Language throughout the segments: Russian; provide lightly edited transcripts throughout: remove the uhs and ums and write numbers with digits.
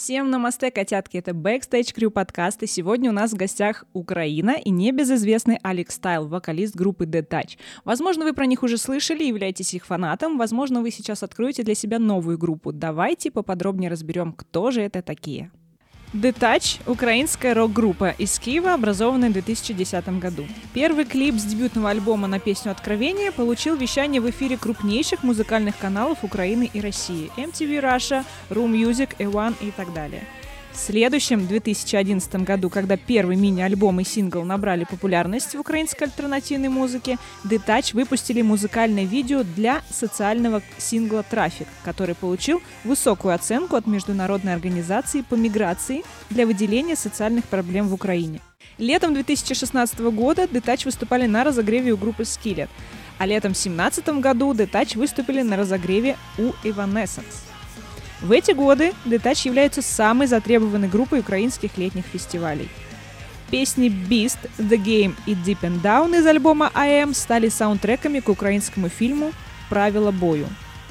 Всем намасте, котятки, это Backstage Crew подкаст, и сегодня у нас в гостях Украина и небезызвестный Алекс Тайл, вокалист группы Detach. Возможно, вы про них уже слышали и являетесь их фанатом, возможно, вы сейчас откроете для себя новую группу. Давайте поподробнее разберем, кто же это такие. Detach — украинская рок-группа из Киева, образованная в 2010 году. Первый клип с дебютного альбома на песню «Откровение» получил вещание в эфире крупнейших музыкальных каналов Украины и России — MTV Russia, Room Music, A1 и так далее. В следующем, 2011 году, когда первый мини-альбом и сингл набрали популярность в украинской альтернативной музыке, Detach выпустили музыкальное видео для социального сингла «Трафик», который получил высокую оценку от Международной организации по миграции для выделения социальных проблем в Украине. Летом 2016 года Detach выступали на разогреве у группы Skillet, а летом 2017 году Detach выступили на разогреве у Evanescence. В эти годы Detach являются самой затребованной группой украинских летних фестивалей. Песни Beast, The Game и Deep and Down из альбома I Am стали саундтреками к украинскому фильму «Правила бою».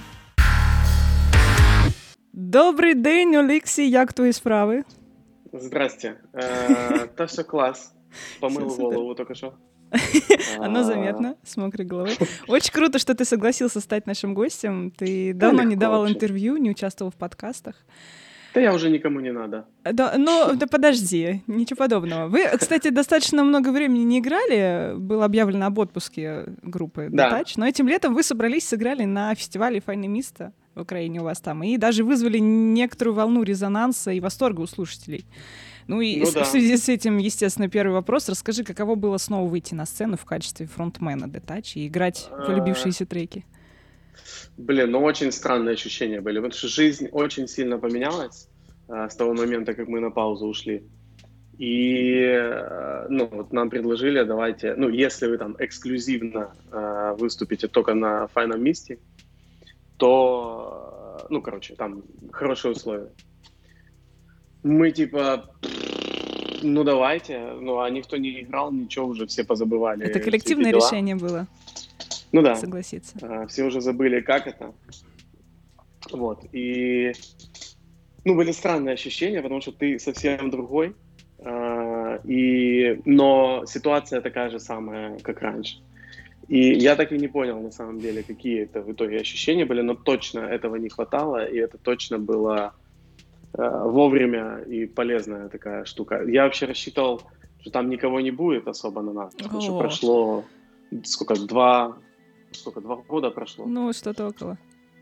Добрий день, Олексій, як твої справи? Здрасте. Та все класс. Помыл голову только что. Оно заметно, с мокрой головой. Очень круто, что ты согласился стать нашим гостем. Ты давно не давал интервью, не участвовал в подкастах. Да я уже никому не надо. Да подожди, ничего подобного. Вы, кстати, достаточно много времени не играли. Было объявлено об отпуске группы Detach, но этим летом вы собрались, сыграли на фестивале «Файне місто» в Украине у вас там, и даже вызвали некоторую волну резонанса и восторга у слушателей. В связи с этим, естественно, первый вопрос. Расскажи, каково было снова выйти на сцену в качестве фронтмена Detach и играть полюбившиеся треки? Очень странные ощущения были, потому что жизнь очень сильно поменялась с того момента, как мы на паузу ушли. И нам предложили, давайте, если вы там эксклюзивно выступите только на «Файном місті», то, там хорошие условия. Мы давайте, а никто не играл, ничего, уже все позабывали. Это коллективное решение было? Да. Согласиться. Все уже забыли, как это. И, были странные ощущения, потому что ты совсем другой, но ситуация такая же самая, как раньше. И я так и не понял, на самом деле, какие это в итоге ощущения были, но точно этого не хватало, и это точно было вовремя и полезная такая штука. Я вообще рассчитывал, что там никого не будет особо на нас, потому что прошло, два года прошло. Что-то около.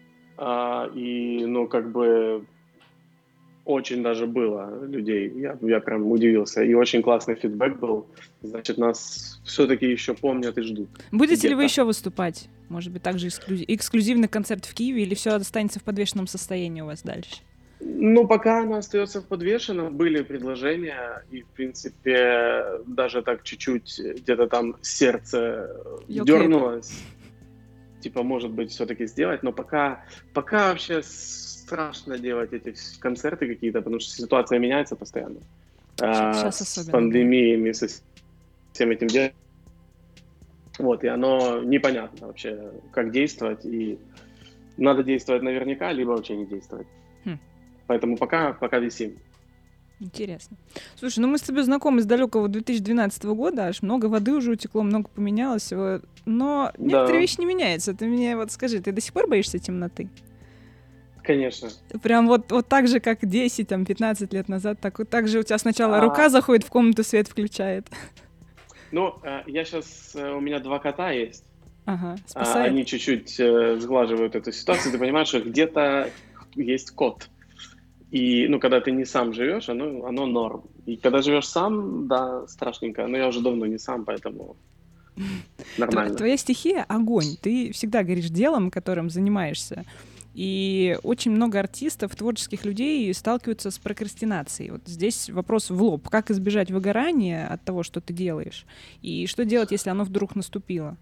Очень даже было людей, я прям удивился, и очень классный фидбэк был, значит, нас все-таки еще помнят и ждут. Будете ли вы еще выступать? Может быть, также эксклюзивный концерт в Киеве, или все останется в подвешенном состоянии у вас дальше? Пока она остается в подвешенном, были предложения, и, в принципе, даже так чуть-чуть где-то там сердце дернулось, может быть, все-таки сделать, но пока вообще страшно делать эти концерты какие-то, потому что ситуация меняется постоянно. Сейчас с особенно. Пандемиями, со всем этим делом. И оно непонятно вообще, как действовать, и надо действовать наверняка, либо вообще не действовать. Поэтому пока висим. Интересно. Слушай, мы с тобой знакомы с далекого 2012 года, аж много воды уже утекло, много поменялось, но некоторые вещи не меняются. Ты мне скажи, ты до сих пор боишься темноты? Конечно. Прям вот так же, как 10-15 лет назад, так же у тебя сначала рука заходит в комнату, свет включает. Я сейчас, у меня 2 кота есть. Ага, спасает. Они чуть-чуть сглаживают эту ситуацию. Ты понимаешь, что где-то есть кот. И, когда ты не сам живешь, оно норм. И когда живешь сам, да, страшненько. Но я уже давно не сам, поэтому нормально. Твоя стихия — огонь. Ты всегда горишь делом, которым занимаешься. И очень много артистов, творческих людей сталкиваются с прокрастинацией. Здесь вопрос в лоб. Как избежать выгорания от того, что ты делаешь? И что делать, если оно вдруг наступило?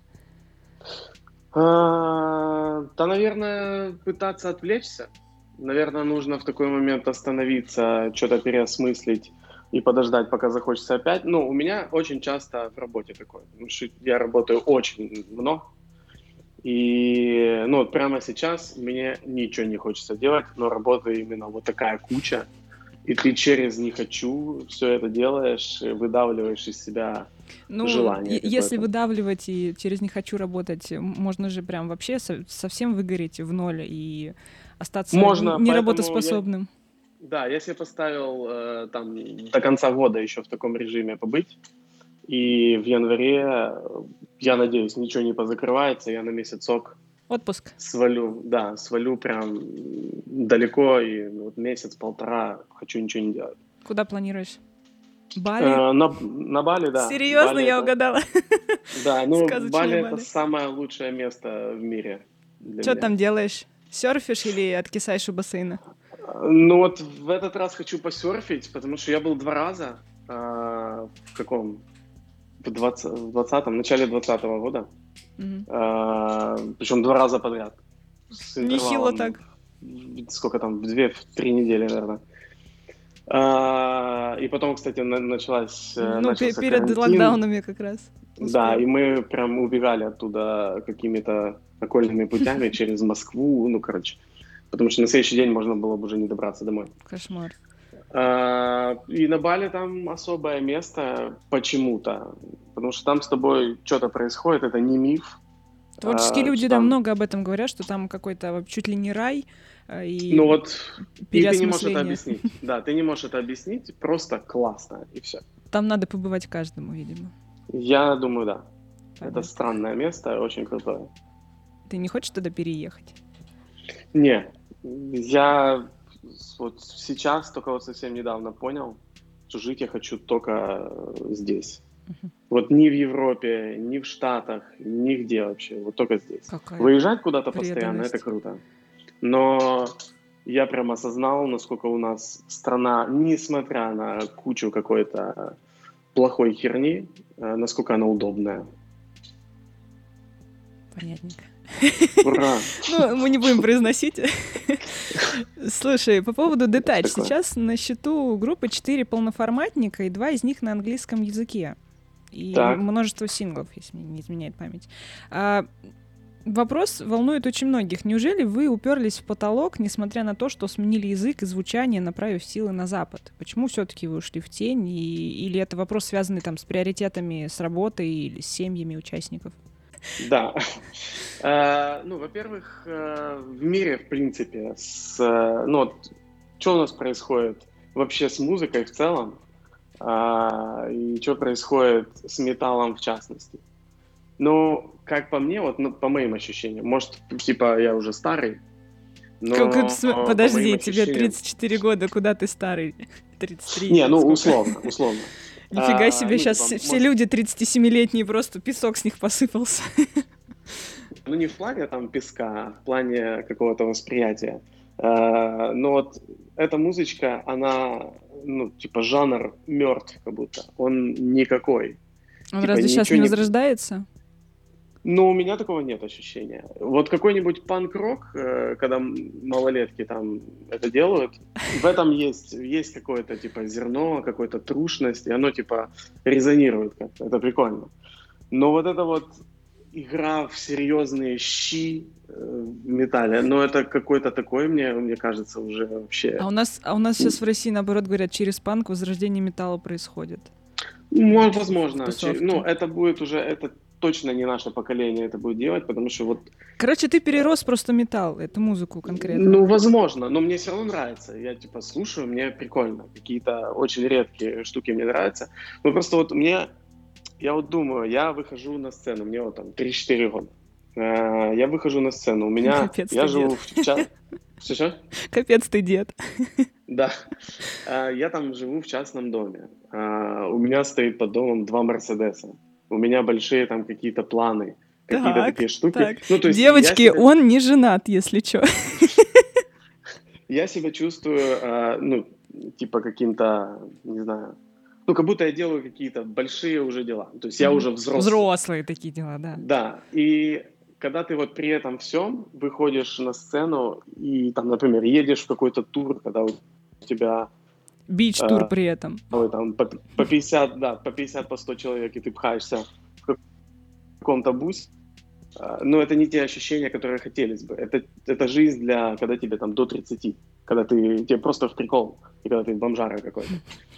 Наверное, пытаться отвлечься. Наверное, нужно в такой момент остановиться, что-то переосмыслить и подождать, пока захочется опять. У меня очень часто в работе такое, потому что я работаю очень много. И прямо сейчас мне ничего не хочется делать, но работы именно такая куча. и ты через «не хочу» все это делаешь, выдавливаешь из себя Ну, желание если какое-то. выдавливать и через «не хочу» работать, можно же прям вообще совсем выгореть в ноль и остаться Можно, поэтому неработоспособным. да, я себе поставил там до конца года еще в таком режиме побыть, и в январе, я надеюсь, ничего не позакрывается, я на месяцок Отпуск. свалю прям далеко, и вот месяц-полтора хочу ничего не делать. Куда планируешь? Бали? На Бали, да. Серьезно, Бали я это, угадала. да, ну, Бали Сказочное это Бали. самое лучшее место в мире для Что меня. там делаешь? Серфишь или откисаешь у бассейна? Ну вот в этот раз хочу посерфить, потому что я был 2 раза, в каком? В 20-м, начале 20-го года. Мгм. Причем 2 раза подряд. С Нехило интервалом, так. сколько там, 2-3 недели, наверное. И потом, кстати, Ну, начался перед карантин. локдаунами как раз Да, успел. и мы прям убегали оттуда какими-то окольными путями через Москву, ну, короче. Потому что на следующий день можно было бы уже не добраться домой. Кошмар. И на Бали там особое место почему-то. Потому что там с тобой что-то происходит, это не миф. Творческие люди, Что да, там... много об этом говорят, что там какой-то чуть ли не рай Ну и вот, и ты не можешь это переосмысление. объяснить. Да, ты не можешь это объяснить, просто классно, и все. Там надо побывать каждому, видимо. Я думаю, да. Это Понятно. странное место, очень крутое. Ты не хочешь туда переехать? Не, я вот сейчас, только вот совсем недавно понял, что жить я хочу только здесь. Мгм. Вот ни в Европе, ни в Штатах, нигде вообще, вот только здесь. Какая Выезжать куда-то постоянно, это преданность. круто. Но я прям осознал, насколько у нас страна, несмотря на кучу какой-то плохой херни, насколько она удобная. Понятненько. Ура! Ну, мы не будем произносить. Слушай, по поводу Detach. Такое. Сейчас на счету группы 4 полноформатника, и 2 из них на английском языке. И Так. множество синглов, если мне не изменяет память. Вопрос волнует очень многих. Неужели вы уперлись в потолок, несмотря на то, что сменили язык и звучание, направив силы на Запад? Почему все-таки вы ушли в тень? Или это вопрос, связанный там с приоритетами, с работой или с семьями участников? Да. Ну, во-первых, в мире, в принципе, ну, вот, что у нас происходит вообще с музыкой в целом, и что происходит с металлом в частности. Ну, как по мне, вот по моим ощущениям, может, типа я уже старый, но по Подожди, моим тебе ощущениям... 34 года, куда ты старый? 33 Не, или ну, сколько? условно. Нифига себе, Ну, сейчас типа, все может, люди 37-летние, просто песок с них посыпался. ну, не в плане там песка, а в плане какого-то восприятия. Но вот эта музычка, она, ну, типа, жанр мертв как будто. Он никакой. Он Типа, разве сейчас ничего не не... возрождается? Ну, у меня такого нет ощущения. Вот какой-нибудь панк-рок, когда малолетки там это делают, в этом есть какое-то, типа, зерно, какая-то трушность, и оно, типа, резонирует как-то. Это прикольно. Но вот это вот игра в серьезные щи в металле, но это какой-то такой, мне кажется, уже вообще... А у нас сейчас в России, наоборот, говорят, через панк возрождение металла происходит. Может, В возможно. Ну, тусовке. это будет уже... Это точно не наше поколение это будет делать, потому что вот... Короче, ты перерос просто металл, эту музыку конкретно. Ну, возможно, но мне все равно нравится. Я, типа, слушаю, мне прикольно. Какие-то очень редкие штуки мне нравятся. Но просто вот мне... Я вот думаю, я выхожу на сцену, мне вот там 3-4 года. Я выхожу на сцену, у меня... Капец Я ты дед. живу в... Что? Капец ты дед. Да. Я там живу в частном доме. У меня стоит под домом 2 Мерседеса. У меня большие там какие-то планы, какие-то Так, такие штуки. так. Ну, то есть Девочки, он не женат, если что. я себя чувствую, ну, типа каким-то, не знаю, ну, как будто я делаю какие-то большие уже дела. То есть я уже взрослый. Взрослые такие дела, да. Да. И когда ты вот при этом всем выходишь на сцену и там, например, едешь в какой-то тур, когда у тебя Бич-тур при этом. там по 50, да, по 50, по 100 человек, и ты пхаешься в каком-то бусе, но это не те ощущения, которые хотелось бы. Это жизнь для, когда тебе там до 30, когда тебе просто в прикол, и когда ты бомжара какой-то.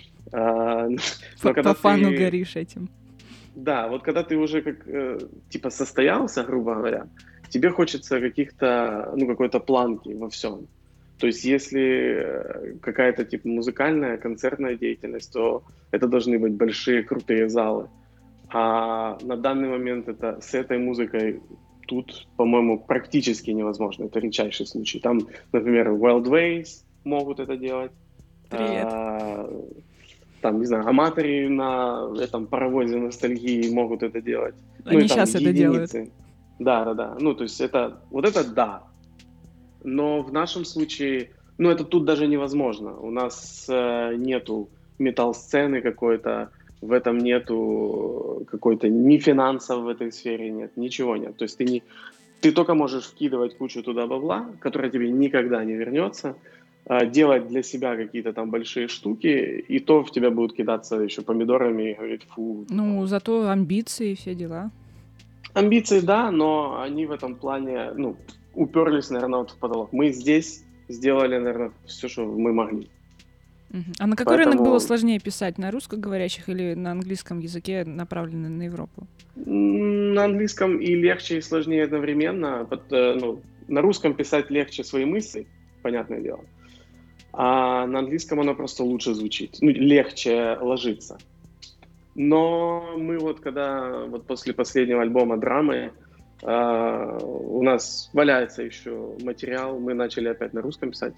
Но По когда фану ты... горишь этим. Да, вот когда ты уже типа состоялся, грубо говоря, тебе хочется какой-то планки во всем. То есть если какая-то типа музыкальная, концертная деятельность, то это должны быть большие, крутые залы. А на данный момент с этой музыкой тут, по-моему, практически невозможно. Это редчайший случай. Там, например, Wild Ways могут это делать. Привет. Там, не знаю, аматоры на этом паровозе ностальгии могут это делать. Ну и Они там сейчас это делают. единицы. Да. Ну, то есть это да. Но в нашем случае, ну, это тут даже невозможно. У нас нету метал-сцены какой-то, в этом нету какой-то ни финансов в этой сфере нет, ничего нет. То есть ты только можешь вкидывать кучу туда бабла, которая тебе никогда не вернется, делать для себя какие-то там большие штуки, и то в тебя будут кидаться еще помидорами и говорить, фу. Ну, зато амбиции и все дела. Амбиции, да, но они в этом плане, ну, уперлись, наверное, вот в потолок. Мы здесь сделали, наверное, все, что мы могли. А на какой рынок было сложнее писать? На русскоговорящих или на английском языке, направленный на Европу? На английском и легче, и сложнее одновременно. На русском писать легче свои мысли, понятное дело. А на английском оно просто лучше звучит. Ну, легче ложится. Но мы когда после последнего альбома «Драмы» у нас валяется еще материал, мы начали опять на русском писать.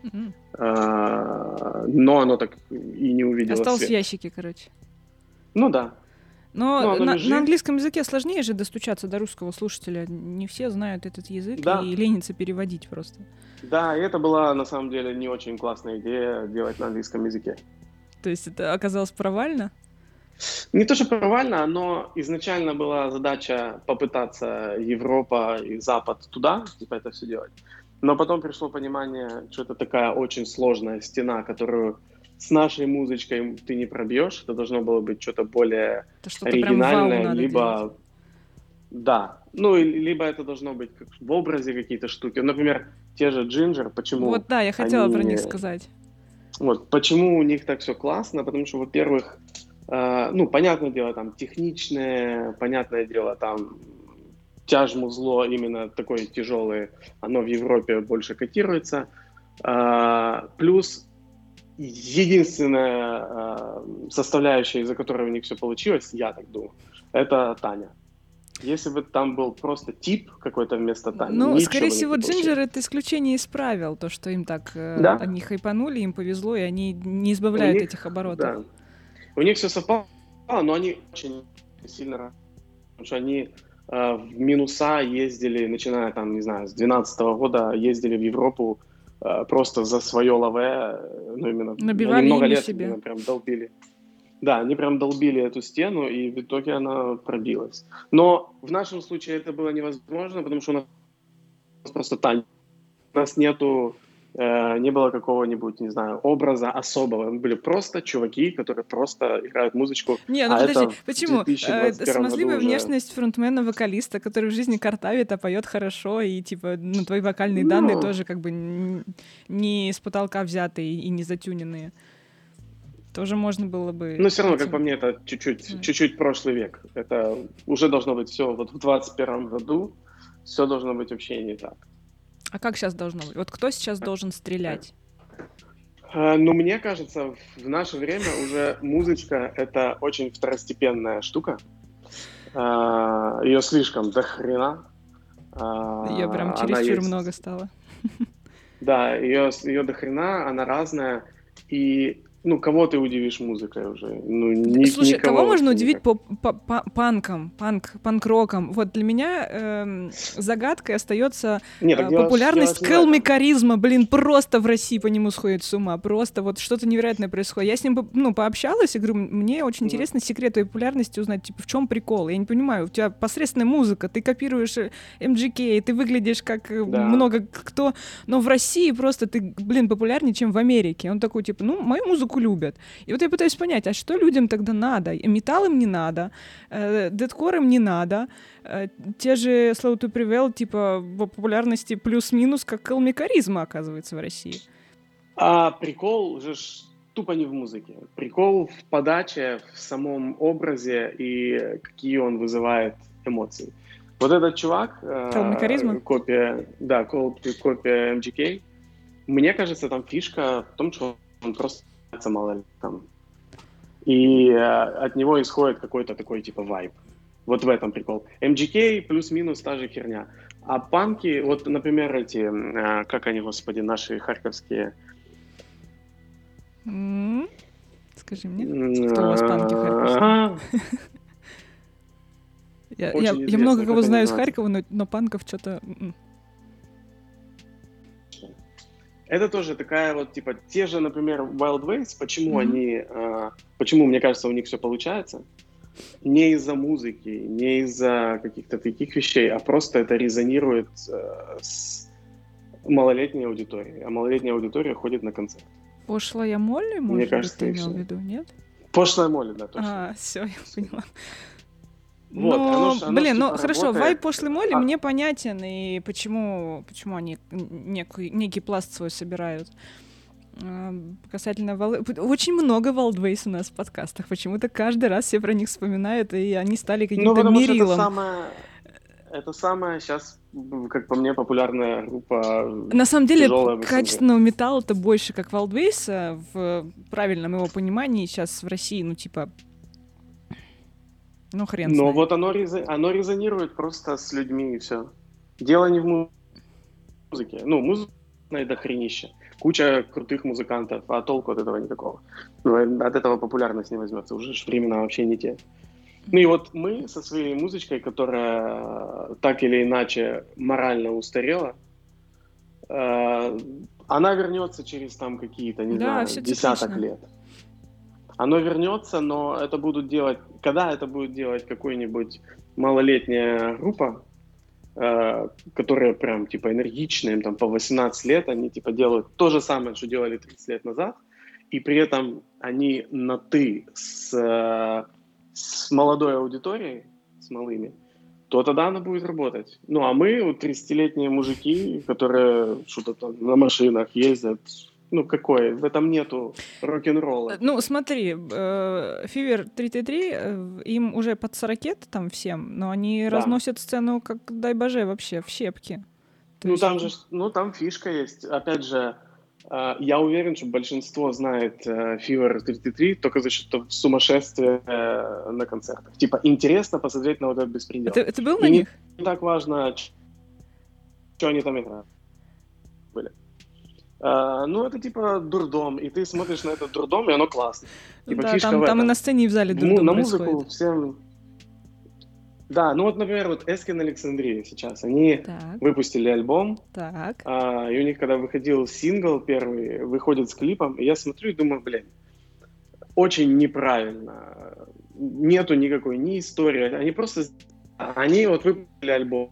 Но оно так и не увидело свет. Осталось в ящике, короче. Ну да. Но на английском языке сложнее же достучаться до русского слушателя. Не все знают этот язык, да. И ленятся переводить просто. Да, и это была на самом деле не очень классная идея делать на английском языке. То есть это оказалось провально? Не то, что провально, но изначально была задача попытаться Европа и Запад туда, типа это все делать. Но потом пришло понимание, что это такая очень сложная стена, которую с нашей музычкой ты не пробьешь. Это должно было быть что-то более оригинальное, либо... Да. Ну, либо это должно быть в образе какие-то штуки. Например, те же Ginger, почему... Вот да, я хотела про них сказать. Вот, почему у них так все классно? Потому что, во-первых, понятное дело, там, техничное, понятное дело, там, тяж-музло именно такое тяжелое, оно в Европе больше котируется. Плюс единственная составляющая, из-за которой у них все получилось, я так думаю, это Таня. Если бы там был просто тип какой-то вместо Тани, ну, скорее всего, Ginger это исключение исправил, то, что им так, да? Они хайпанули, им повезло, и они не избавляют этих оборотов. Да. У них все совпало, но они очень сильно, потому что они в минуса ездили, начиная там, не знаю, с 2012 года, ездили в Европу просто за свое лаве, ну, именно набивали много лет себе. Прям долбили. Да, они прям долбили эту стену, и в итоге она пробилась. Но в нашем случае это было невозможно, потому что у нас просто Таня. У нас не было какого-нибудь, не знаю, образа особого. Мы были просто чуваки, которые просто играют музычку. Не, ну подожди, почему? Смазливая внешность фронтмена-вокалиста, который в жизни картавит, а поет хорошо, и типа, твои вокальные данные тоже как бы не с потолка взятые и не затюненные. Тоже можно было бы... Но все равно, как по мне, это чуть-чуть прошлый век. Это уже должно быть все вот в 2021 году, все должно быть вообще не так. А как сейчас должно быть? Вот кто сейчас должен стрелять? Ну, мне кажется, в наше время уже музычка — это очень второстепенная штука. Ее слишком до хрена. Ее прям чересчур много стало. Да, ее до хрена, она разная. И кого ты удивишь музыкой уже? Слушай, кого можно удивить по панкам, панк-рокам? Вот для меня загадкой остается популярность Кэлми Каризма. Блин, просто в России по нему сходит с ума. Просто вот что-то невероятное происходит. Я с ним пообщалась и говорю, мне очень интересно секрет твоей популярности узнать, типа, в чем прикол? Я не понимаю, у тебя посредственная музыка, ты копируешь MGK, ты выглядишь как много кто, но в России просто ты, популярнее, чем в Америке. Он такой, типа, мою музыку любят. И вот я пытаюсь понять, а что людям тогда надо? Металл им не надо, дэткор им не надо, те же Slow to Prevail, типа, в популярности плюс-минус, как Кэлми Каризма, оказывается, в России. А прикол же тупо не в музыке. Прикол в подаче, в самом образе и какие он вызывает эмоции. Вот этот чувак, Calm Charisma? копия MGK, мне кажется, там фишка в том, что он просто мало ли там. И от него исходит какой-то такой типа вайб. Вот в этом прикол. MGK плюс-минус та же херня. А панки, вот, например, эти, как они, господи, наши харьковские... Скажи мне, кто у вас панки харьковские? Я много кого знаю из Харькова, но панков что-то... Это тоже такая вот, типа, те же, например, Wild Ways, почему они... Почему, мне кажется, у них все получается? Не из-за музыки, не из-за каких-то таких вещей, а просто это резонирует с малолетней аудиторией. А малолетняя аудитория ходит на концерт. Пошлая Молли, может быть, ты имел в виду, нет? Пошлая Молли, да, точно. Все, я поняла. Вот, ну, блин, типа хорошо, работает. вайб пошлой Молли мне понятен, и почему они некий пласт свой собирают. Касательно очень много Wild Ways у нас в подкастах. Почему-то каждый раз все про них вспоминают, и они стали каким-то мерилом. Это самая сейчас, как по мне, популярная группа. На самом деле, качественного металла-то больше, как Wild Ways, в правильном его понимании сейчас в России, ну, типа... Ну, хрен знает. Но вот оно резонирует просто с людьми, и все. Дело не в музыке. Ну, музыка — это хренище. Куча крутых музыкантов, а толку от этого никакого. Ну, от этого популярность не возьмется. Уже времена вообще не те. Ну и вот мы со своей музычкой, которая так или иначе морально устарела, она вернется через там какие-то, не знаю, десяток лет. Оно вернется, но это будут делать... Когда это будет делать какой-нибудь малолетняя группа, которые прям, типа, энергичные, им там по 18 лет, они, типа, делают то же самое, что делали 30 лет назад, и при этом они на «ты» с молодой аудиторией, с малыми, то тогда она будет работать. Ну, а мы, 30-летние мужики, которые что-то там на машинах ездят, ну, какой? В этом нету рок-н-ролла. Ну, смотри, Fever 333, им уже под 40 там всем, но они разносят сцену, как, дай боже, вообще в щепки. Там фишка есть. Опять же, я уверен, что большинство знает Fever 33 только за счет сумасшествия на концертах. Типа, интересно посмотреть на вот этот беспредел. Это был на них? Не так важно, что они там играют. Были. Ну, это типа дурдом, и ты смотришь на этот дурдом, и оно классно. Типа, да, там и на сцене и в зале дурдом на происходит. музыку всем... Да, ну вот, например, вот Эскин Александрия сейчас, они выпустили альбом, и у них, когда выходил сингл первый, выходит с клипом, и я смотрю и думаю, блин, очень неправильно, нету никакой ни истории, они вот выпустили альбом,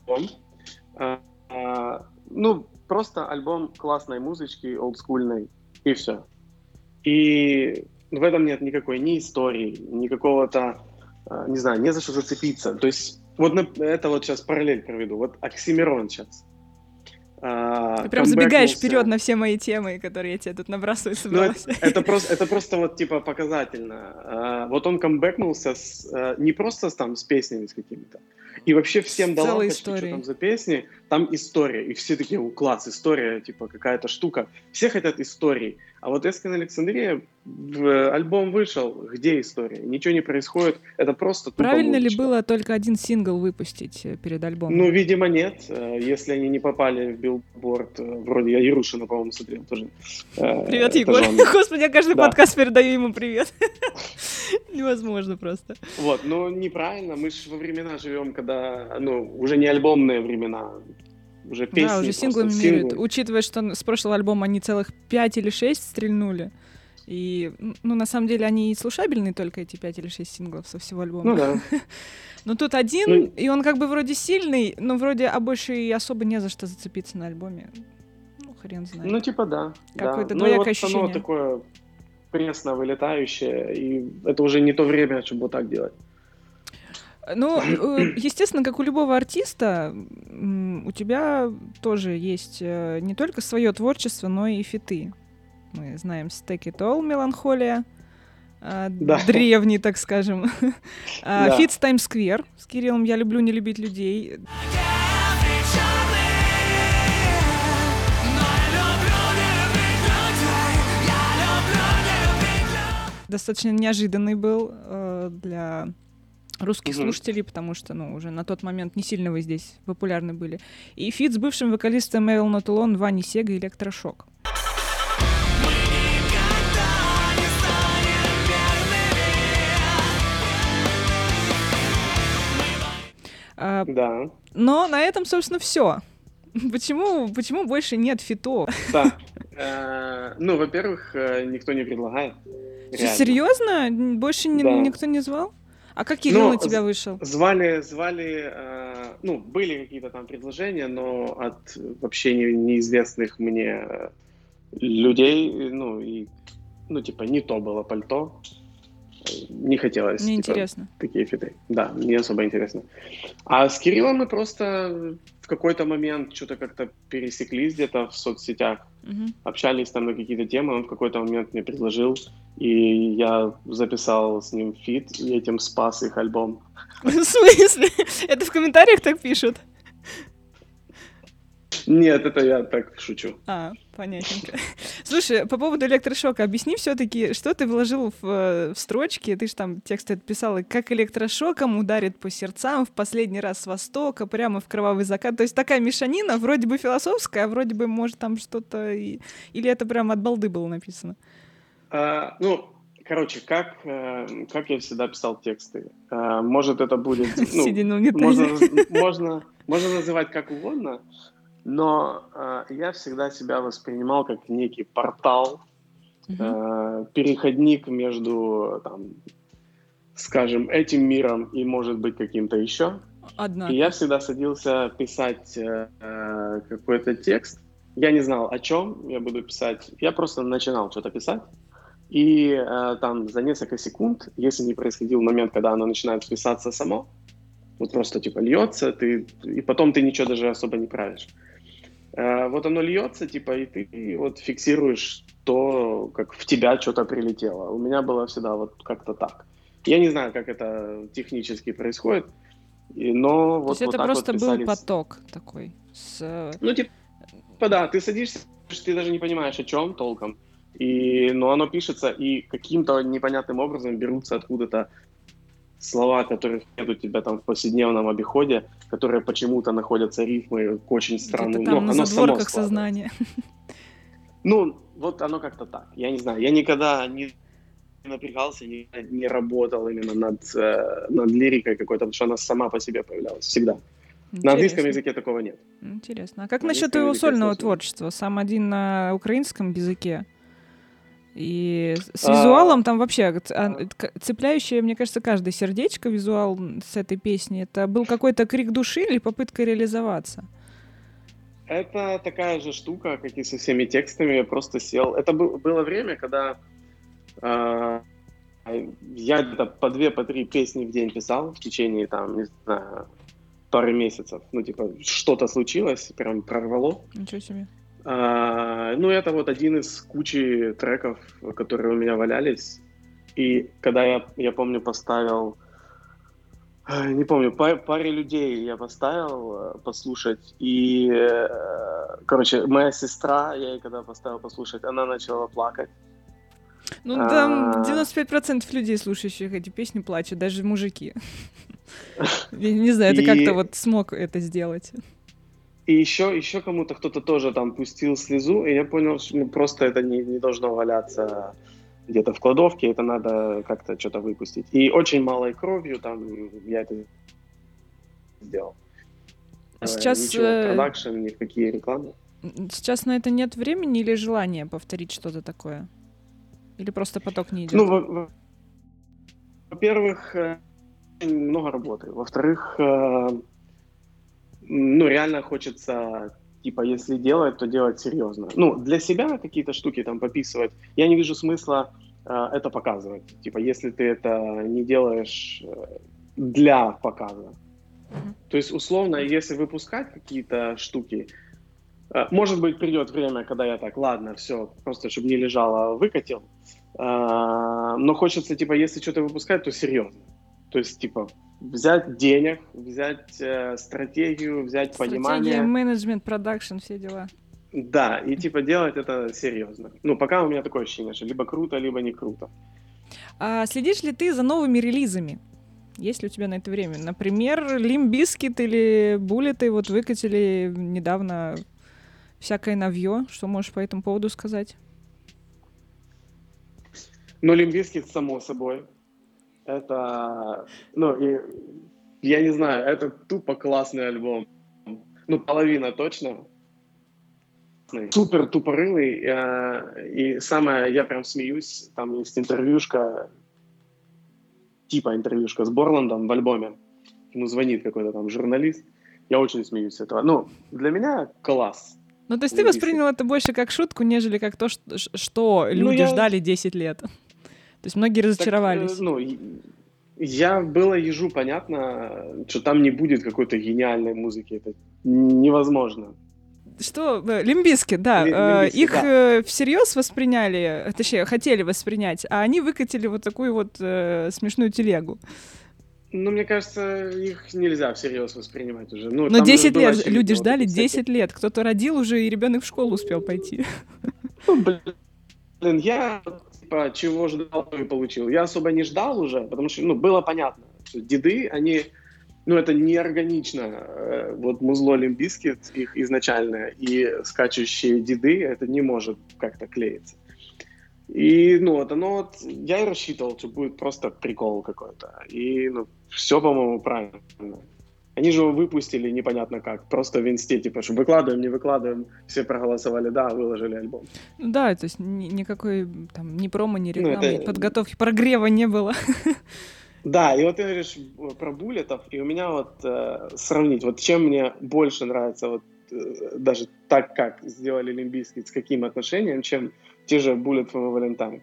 ну, просто альбом классной музычки, олдскульной, и все. И в этом нет никакой ни истории, ни какого-то, не знаю, не за что зацепиться. То есть, вот это вот сейчас параллель проведу. Вот Оксимирон сейчас. Ты прям забегаешь вперед на все мои темы, которые я тебе тут набрасываю собралась. Ну, это просто вот типа показательно. Вот он камбэкнулся не просто с песнями с какими-то, и вообще всем дал лампочки, что там за песни, там история. И все такие, класс, история, типа какая-то штука. Все хотят истории. А вот Эскин Александрия, альбом вышел, где история? Ничего не происходит, это просто тупо Правильно музычка. ли было только один сингл выпустить перед альбомом? Ну, видимо, нет. Если они не попали в билборд, вроде я Ярушина, по-моему, смотрел тоже. Привет, Егор. Господи, я каждый подкаст передаю ему привет. Невозможно просто. Вот, ну, неправильно. Мы же во времена живем, когда, уже не альбомные времена, уже песни. Да, уже синглами меряют. Учитывая, что с прошлого альбома они целых 5 или 6 стрельнули. И, на самом деле, они и слушабельные только, эти 5 или 6 синглов со всего альбома. Ну да. Но тут один, и он как бы вроде сильный, но вроде, больше и особо не за что зацепиться на альбоме. Ну, хрен знает. Ну, типа да. Какое-то двоякое ощущение. Оно такое пресно вылетающее, и это уже не то время, чтобы вот так делать. Ну, естественно, как у любого артиста, у тебя тоже есть не только свое творчество, но и фиты. мы знаем Stack It All, Меланхолия, Да. древний, так скажем. Да. Фит с Times Square с Кириллом «Я люблю не любить людей». Достаточно неожиданный был для русских слушателей, потому что, уже на тот момент не сильно вы здесь популярны были. И фит с бывшим вокалистом Evil Not Alone Ваней Сега «Электрошок». Да. Но на этом, собственно, все. Почему больше нет фитов? Да. Во-первых, никто не предлагает. Серьезно? Больше никто не звал? А как Кирилл на тебя вышел? Звали, были какие-то там предложения, но от вообще неизвестных мне людей, не то было пальто. Не хотелось. Мне интересно. Такие фиты. Да, не особо интересно. А с Кириллом мы просто в какой-то момент что-то как-то пересеклись где-то в соцсетях, общались там на какие-то темы, он в какой-то момент мне предложил, и я записал с ним фит, и этим спас их альбом. В смысле? Это в комментариях так пишут? Нет, это я так шучу. Понятненько. Слушай, по поводу электрошока, объясни все-таки, что ты вложил в строчки, ты же там тексты отписала, как электрошоком ударит по сердцам в последний раз с востока, прямо в кровавый закат. То есть такая мешанина, вроде бы философская, а вроде бы, может, там что-то... Или это прям от балды было написано? Короче, как я всегда писал тексты. Может, это будет... Сидя на унитазе. Можно называть как угодно, но я всегда себя воспринимал как некий портал, переходник между, скажем, этим миром и, может быть, каким-то еще. Однако. И я всегда садился писать какой-то текст. Я не знал, о чем я буду писать. Я просто начинал что-то писать. И за несколько секунд, если не происходил момент, когда оно начинает писаться само, вот просто льется, и потом ты ничего даже особо не правишь. Вот оно льется, и ты вот фиксируешь то, как в тебя что-то прилетело. У меня было всегда вот как-то так. Я не знаю, как это технически происходит, но вот. То есть это так просто вот был поток такой. Да, ты садишься, ты даже не понимаешь, о чем толком, но оно пишется, и каким-то непонятным образом берутся откуда-то слова, которых нет у тебя там в повседневном обиходе, которые почему-то находятся рифмы очень странные. Где-то там на задворках сознания. Вот оно как-то так. Я не знаю, я никогда не напрягался, не работал именно над лирикой какой-то, потому что она сама по себе появлялась всегда. Интересно. На английском языке такого нет. Интересно. А как насчет твоего сольного творчества? Сам один на украинском языке? И с визуалом там вообще цепляющее, мне кажется, каждое сердечко визуал с этой песни. Это был какой-то крик души или попытка реализоваться? Это такая же штука, как и со всеми текстами. Я просто сел. Это было время, когда я где-то по 2-3 песни в день писал в течение, не знаю, пары месяцев. Что-то случилось, прям прорвало. Ничего себе. Это вот один из кучи треков, которые у меня валялись. И когда я помню, поставил... Не помню, паре людей я поставил послушать. И, моя сестра, я ей когда поставил послушать, она начала плакать. Там 95% людей, слушающих эти песни, плачут, даже мужики. Я не знаю, ты как-то вот смог это сделать. И еще кому-то кто-то тоже там пустил слезу, и я понял, что просто это не должно валяться где-то в кладовке, это надо как-то что-то выпустить. И очень малой кровью я это сделал. Сейчас... Ничего, продакшн, никакие рекламы. Сейчас на это нет времени или желания повторить что-то такое? Или просто поток не идет? Во-первых, много работы. Во-вторых, реально хочется, если делать, то делать серьезно. Для себя какие-то штуки там пописывать, я не вижу смысла это показывать. Если ты это не делаешь для показа. То есть, условно, если выпускать какие-то штуки, Может быть, придет время, когда я так, ладно, все, просто чтобы не лежало, выкатил. Но хочется, типа, если что-то выпускать, то серьезно. То есть, типа, взять денег, взять стратегию, взять Стратегия, понимание. менеджмент, продакшн, все дела. Да, и, типа, делать это серьезно. Ну, пока у меня такое ощущение, что либо круто, либо не круто. А следишь ли ты за новыми релизами? Есть ли у тебя на это время? Например, Limp Bizkit или Буллеты вот выкатили недавно всякое новье. Что можешь по этому поводу сказать? Ну, Limp Bizkit, само собой. Это, ну, и, я не знаю, это тупо классный альбом. Ну, половина точно. Супер тупорылый. И самое, я прям смеюсь, там есть интервьюшка, типа интервьюшка с Борландом в альбоме. Ему звонит какой-то там журналист. Я очень смеюсь с этого. Ну, для меня класс. Ну, то есть ты воспринял это больше как шутку, нежели как то, что люди ждали 10 лет. То есть многие разочаровались. Я было ежу понятно, что там не будет какой-то гениальной музыки. Это невозможно. Что, Limp Bizkit, да, их всерьез восприняли, точнее, хотели воспринять, а они выкатили вот такую вот смешную телегу. Ну, мне кажется, их нельзя всерьез воспринимать уже. Ну, но 10 лет, люди ждали 10 лет, кто-то родил уже, и ребенок в школу успел пойти. Ну, блин, я типа чего ждал, то и получил. Я особо не ждал уже, потому что, ну, было понятно, что деды, они, ну, это неорганично. Вот музло Limp Bizkit, их изначальное, и скачущие деды, это не может как-то клеиться. И, ну, вот оно вот, я и рассчитывал, что будет просто прикол какой-то. И, ну, все, по-моему, правильно. Они же его выпустили непонятно как, просто в инсте, типа, что выкладываем, не выкладываем, все проголосовали, да, выложили альбом. Ну да, то есть никакой там ни промо, ни рекламы, ни подготовки, прогрева не было. Да, и вот ты говоришь про буллетов, и у меня вот сравнить, вот чем мне больше нравится, вот даже так, как сделали Limp Bizkit, с каким отношением, чем те же Bullet for Valentine.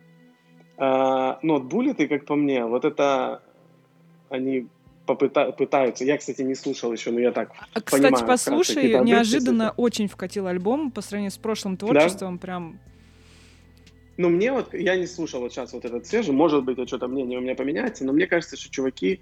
Но вот буллеты, как по мне, вот это они пытаются. Я, кстати, не слушал еще, но я так понимаю. Кстати, послушай, неожиданно очень вкатил альбом по сравнению с прошлым творчеством, да? Прям... Ну, мне вот, я не слушал вот сейчас вот этот свежий, может быть, что-то мнение у меня поменяется, но мне кажется, что чуваки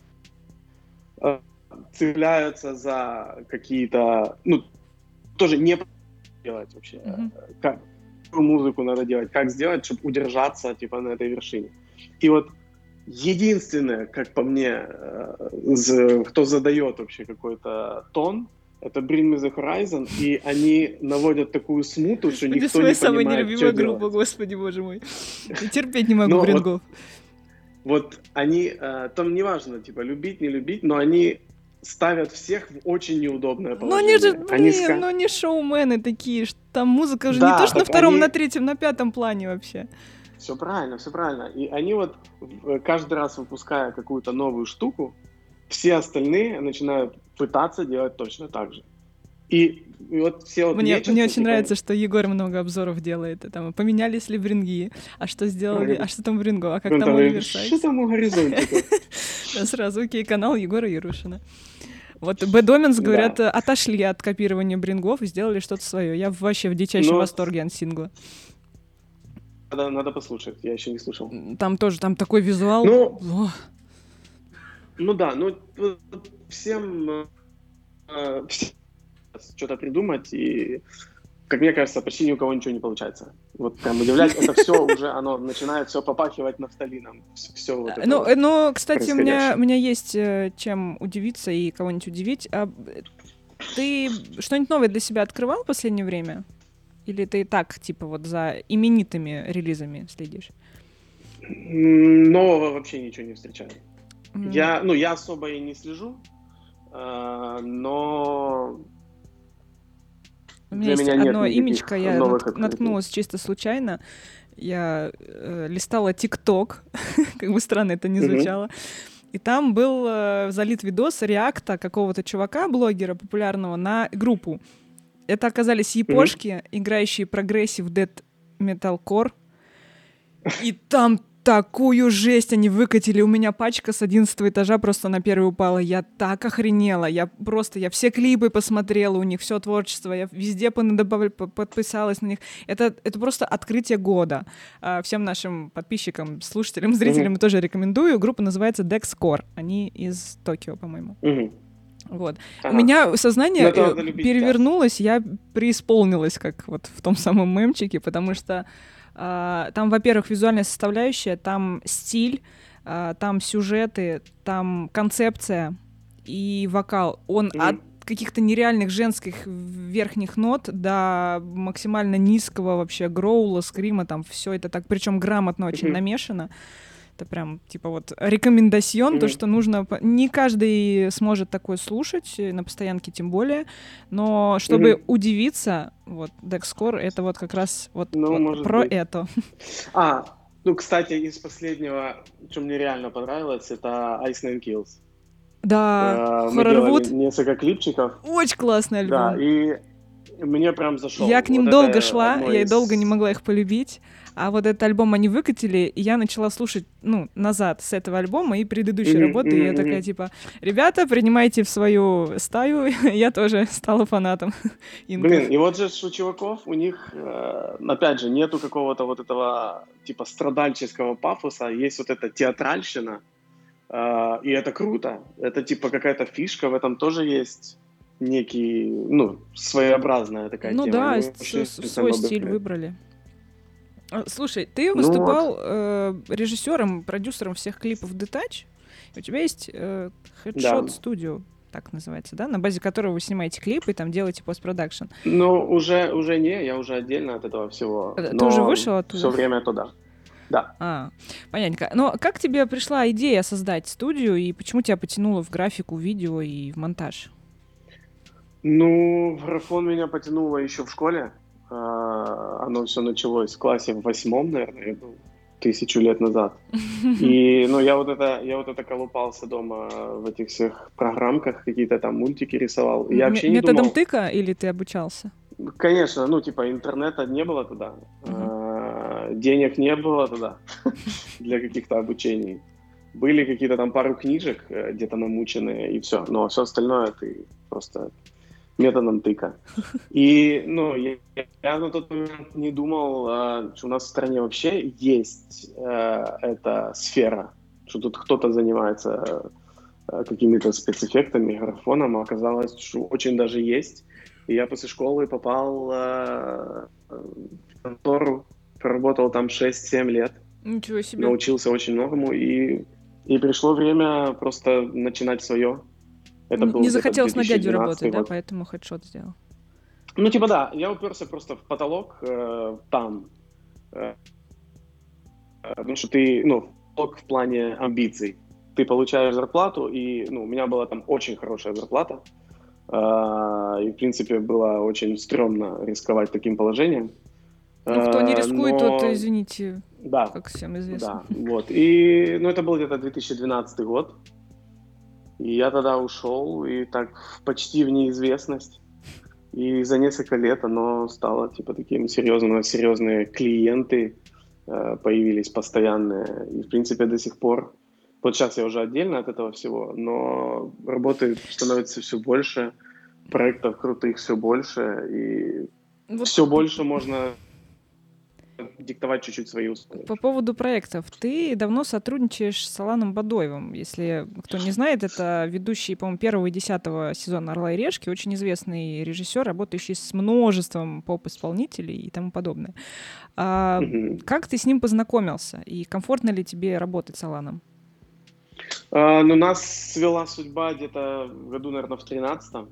цепляются за какие-то, ну, тоже не делать вообще, как музыку надо делать, как сделать, чтобы удержаться, типа, на этой вершине. И вот единственное, как по мне, кто задает вообще какой-то тон, это Bring Me The Horizon, и они наводят такую смуту, что никто не понимает, что делать. Самая нелюбимая группа, господи, боже мой. Я терпеть не могу брингов. Вот они, там неважно, типа, любить, не любить, но они ставят всех в очень неудобное положение. Ну они же, блин, ну не шоумены такие, что там музыка уже не то, что на втором, на третьем, на пятом плане вообще. Все правильно, все правильно. И они вот каждый раз, выпуская какую-то новую штуку, все остальные начинают пытаться делать точно так же. И вот все вот мне очень нравится, что Егор много обзоров делает. Там, поменялись ли бринги, а что сделали, а что там брингу, а как там универсайз. Что там у горизонта? Сразу, окей, канал Егора Ярушина. Вот Bad Omens, говорят, отошли от копирования брингов и сделали что-то свое. Я вообще в дичайшем восторге от сингла. Надо послушать, я еще не слушал. Там тоже, там такой визуал. Ну да, ну всем что-то придумать, и, как мне кажется, почти ни у кого ничего не получается. Вот прям удивлять, это все уже, оно начинает все попахивать нафталином. Все вот это ну, кстати, у меня есть чем удивиться и кого-нибудь удивить. Ты что-нибудь новое для себя открывал в последнее время? Или ты так, типа, вот за именитыми релизами следишь? Нового вообще ничего не встречаю. Я особо и не слежу, но... У меня есть одно имечко, я наткнулась чисто случайно. Я листала ТикТок, как бы странно это ни звучало. И там был залит видос реакта какого-то чувака, блогера популярного, на группу. Это оказались япошки, играющие прогрессив дэт металкор. И там такую жесть они выкатили. У меня пачка с 11 этажа просто на первый упала. Я так охренела. Я все клипы посмотрела, у них все творчество. Я везде подписалась на них. Это просто открытие года. Всем нашим подписчикам, слушателям, зрителям тоже рекомендую. Группа называется Dexcore. Они из Токио, по-моему. Вот. У меня сознание перевернулось, я преисполнилась, как вот в том самом мемчике, потому что там, во-первых, визуальная составляющая, там стиль, там сюжеты, там концепция и вокал. Он от каких-то нереальных женских верхних нот до максимально низкого вообще гроула, скрима, там все это так, причем грамотно очень намешано. Это прям, типа, вот рекомендацион, то, что нужно... Не каждый сможет такое слушать, на постоянке тем более, но чтобы удивиться, вот, Dexcore, это вот как раз вот, вот про быть. Это. Кстати, из последнего, что мне реально понравилось, это Ice Nine Kills. Да, мы делали несколько клипчиков. Очень классный альбом. Да, и мне прям зашел. Я к ним долго шла, я долго не могла их полюбить. А вот этот альбом они выкатили, и я начала слушать, назад с этого альбома и предыдущей работы, и я такая, типа, ребята, принимайте в свою стаю, я тоже стала фанатом. Блин, и вот же у чуваков, у них, опять же, нету какого-то вот этого, типа, страдальческого пафоса, есть вот эта театральщина, и это круто, это, типа, какая-то фишка, в этом тоже есть некий, своеобразная такая тема. Ну да, свой стиль выбрали. Слушай, ты выступал режиссером, продюсером всех клипов Detach. У тебя есть Headshot Studio, так называется, да? На базе которого вы снимаете клипы и там делаете постпродакшн. Ну, уже не, я уже отдельно от этого всего. Ты уже вышел оттуда? Все время туда. Да. Понятненько. Но как тебе пришла идея создать студию и почему тебя потянуло в графику, видео и в монтаж? В графон меня потянуло еще в школе. Оно все началось в классе в 8, наверное, я был 1000 лет назад. И, я вот это колупался дома в этих всех программках, какие-то там мультики рисовал. Я вообще не методом думал... тыка или ты обучался? Конечно, интернета не было тогда, денег не было тогда для каких-то обучений. Были какие-то там пару книжек где-то намученные, и все. Но все остальное ты просто... методом тыка. И, я на тот момент не думал, что у нас в стране вообще есть эта сфера, что тут кто-то занимается какими-то спецэффектами, графоном, а оказалось, что очень даже есть. И я после школы попал в контору, проработал там 6-7 лет. Ничего себе. Научился очень многому, и пришло время просто начинать свое. Это не захотелось на дядю работать, год. Да, поэтому хедшот сделал. Да, я уперся просто в потолок там, потому что ты, потолок в плане амбиций. Ты получаешь зарплату, и, у меня была там очень хорошая зарплата, и, в принципе, было очень стрёмно рисковать таким положением. Кто не рискует, тот, извините, да, как всем известно. Да, вот, и, это был где-то 2012 год. И я тогда ушел, и так почти в неизвестность. И за несколько лет оно стало типа таким серьезные клиенты появились постоянные. И в принципе до сих пор, вот сейчас я уже отдельно от этого всего, но работы становится все больше, проектов крутых все больше, и все больше можно диктовать чуть-чуть свои условия. По поводу проектов. Ты давно сотрудничаешь с Аланом Бадоевым. Если кто не знает, это ведущий, по-моему, 1 и 10 сезона «Орла и решки», очень известный режиссер, работающий с множеством поп-исполнителей и тому подобное. Как ты с ним познакомился? И комфортно ли тебе работать с Аланом? Нас свела судьба где-то в году, наверное, в 13-м.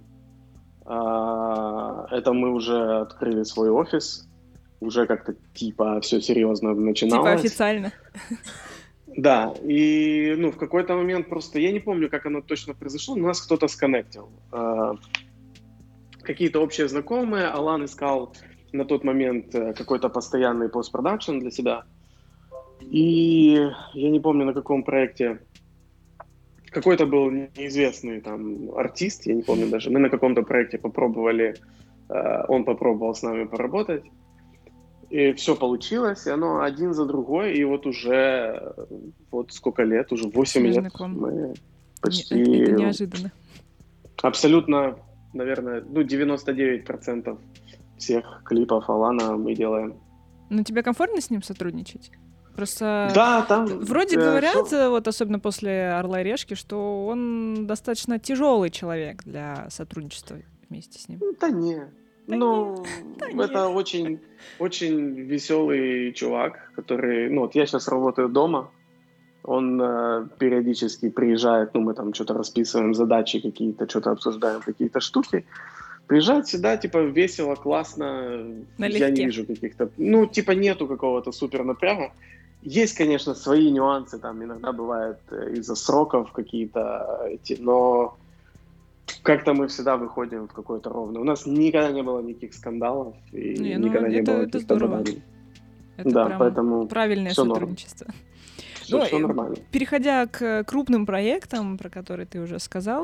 Это мы уже открыли свой офис. Уже как-то типа все серьезно начиналось. Типа официально. Да, и в какой-то момент просто, я не помню, как оно точно произошло, но нас кто-то сконнектил. Какие-то общие знакомые, Алан искал на тот момент какой-то постоянный постпродакшн для себя. И я не помню, на каком проекте. Какой-то был неизвестный там артист, я не помню даже. Мы на каком-то проекте попробовали, он попробовал с нами поработать. И все получилось, и оно один за другой, и вот уже, вот сколько лет, уже 8 Всеми лет знаком. мы Это почти неожиданно. абсолютно, наверное, 99% всех клипов Алана мы делаем. Но тебе комфортно с ним сотрудничать? Просто Да, там вроде говорят, все. вот особенно после «Орла и решки», что он достаточно тяжелый человек для сотрудничества вместе с ним. Да не. Да не, Ну, да не. это очень, очень веселый чувак, который... Ну, вот я сейчас работаю дома, он периодически приезжает, ну, мы там что-то расписываем, задачи какие-то, что-то обсуждаем, какие-то штуки. Приезжает всегда, типа, весело, классно, я не Налегке. вижу каких-то... Ну, типа, нету какого-то супер напряга. Есть, конечно, свои нюансы, там иногда бывает из-за сроков какие-то эти, но как-то мы всегда выходим в какой-то ровный. У нас никогда не было никаких скандалов и Не, ну никогда не было это каких-то здорово. баданий. Это Да, прям поэтому правильное все норм, сотрудничество. все, Ну, все нормально. переходя к крупным проектам, про которые ты уже сказал,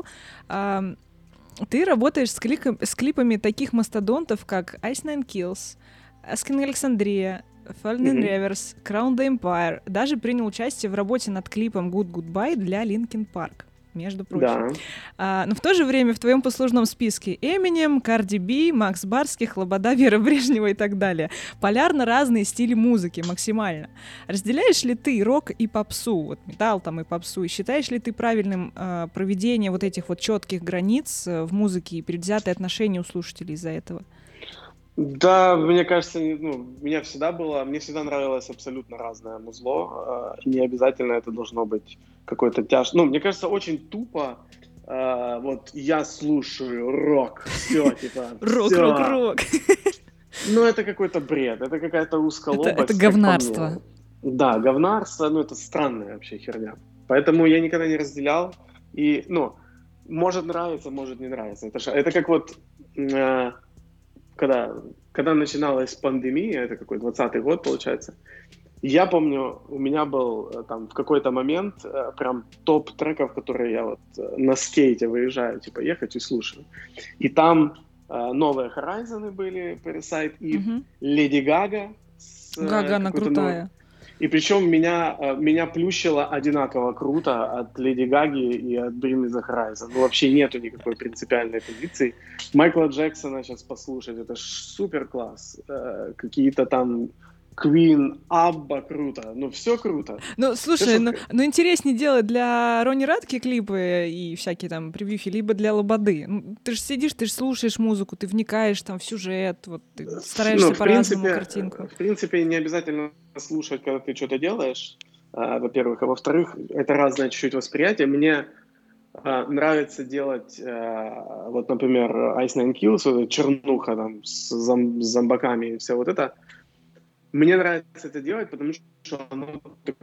ты работаешь с клипами таких мастодонтов, как Ice Nine Kills, Asking Alexandria, Fallen in Reverse, Crown the Empire. Даже принял участие в работе над клипом Good Goodbye для Linkin Park, между прочим. Да. Но в то же время в твоем послужном списке Eminem, Cardi B, Макс Барских, Лобода, Вера Брежнева и так далее. Полярно разные стили музыки, максимально. Разделяешь ли ты рок и попсу, вот металл там и попсу, и считаешь ли ты правильным проведение вот этих вот четких границ в музыке и предвзятые отношения у слушателей из-за этого? Да, мне кажется, мне всегда нравилось абсолютно разное музло. Не обязательно это должно быть какой-то мне кажется, очень тупо. Вот я слушаю рок, все, типа, Рок, рок, все. рок. Ну, это какой-то бред, это какая-то Это узколобость, как по говнарство. мне. Да, говнарство, это странная вообще херня. Поэтому я никогда не разделял. И, может нравится, может не нравится. Это как вот, когда начиналась пандемия, это какой, 20-й год, получается, я помню, у меня был там в какой-то момент прям топ треков, которые я вот на скейте выезжаю, типа, ехать и слушаю. И там новые Horizon были, Parasite, и Леди Гага с Гага, она какой-то новой... крутая. И причем меня плющило одинаково круто от Леди Гаги и от Bring Me The Horizon. Ну, вообще нету никакой принципиальной позиции. Майкла Джексона сейчас послушать, это ж супер класс. Какие-то там Queen, Абба круто. Ну, все круто. Ну, слушай, ну интереснее делать для Рони Радки клипы и всякие там превьюхи, либо для Лободы. Ну, ты же сидишь, ты же слушаешь музыку, ты вникаешь там в сюжет, вот ты стараешься по-разному картинку. В принципе, не обязательно слушать, когда ты что-то делаешь, во-первых. А во-вторых, это разное чуть-чуть восприятие. Мне нравится делать, вот, например, Ice Nine Kills, вот, чернуха там с зомбаками и все вот это. Мне нравится это делать, потому что оно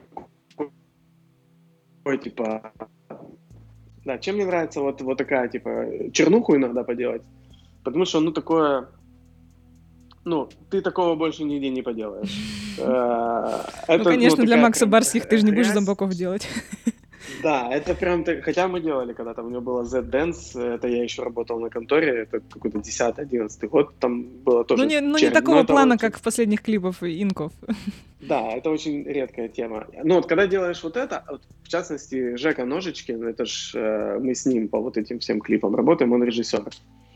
такое, типа... Да, чем мне нравится вот такая, типа, чернуху иногда поделать, потому что, такое... ты такого больше нигде не поделаешь. Ну, конечно, для Макса Барских ты же не будешь зомбаков делать. Да, это прям... Хотя мы делали когда-то, у него было Z-Dance, это я еще работал на конторе, это какой-то 10-11 год, там было тоже... Не такого плана, как в последних клипах Инков. Да, это очень редкая тема. Вот когда делаешь вот это, вот, в частности, Жека Ножичкин, это ж мы с ним по вот этим всем клипам работаем, он режиссер.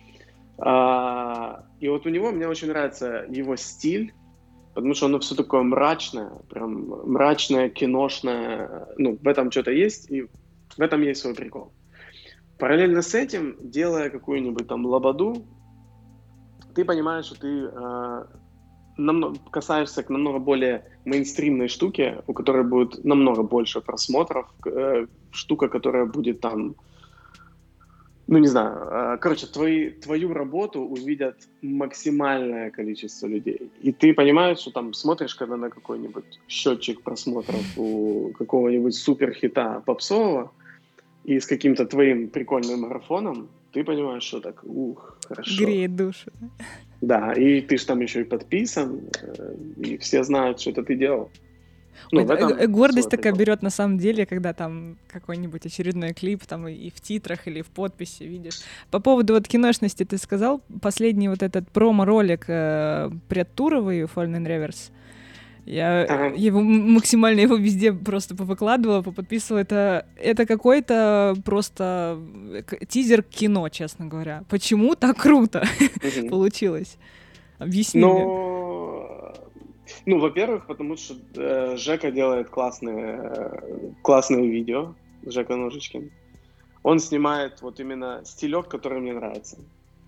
И вот у него, мне очень нравится его стиль, потому что оно все такое мрачное, прям мрачное, киношное, в этом что-то есть, и в этом есть свой прикол. Параллельно с этим, делая какую-нибудь там лободу, ты понимаешь, что ты касаешься к намного более мейнстримной штуке, у которой будет намного больше просмотров, штука, которая будет там, не знаю, короче, твою работу увидят максимальное количество людей. И ты понимаешь, что там смотришь, когда на какой-нибудь счетчик просмотров у какого-нибудь суперхита попсового, и с каким-то твоим прикольным марафоном, ты понимаешь, что так, хорошо. Греет душу. Да, и ты же там еще и подписан, и все знают, что это ты делал. Ну, Ой, в этом гордость свой такая прикол. берет на самом деле, когда там какой-нибудь очередной клип там и в титрах или в подписи видишь. По поводу вот киношности ты сказал, последний вот этот промо-ролик пред Туровой Fallen in Reverse. Я Ага. его максимально его везде просто повыкладывала, поподписывала. Это какой-то просто тизер кино, честно говоря. Почему так круто Мгм. получилось? Объясни мне. Ну, во-первых, потому что Жека делает классные видео, Жека Ножичкин. Он снимает вот именно стилек, который мне нравится.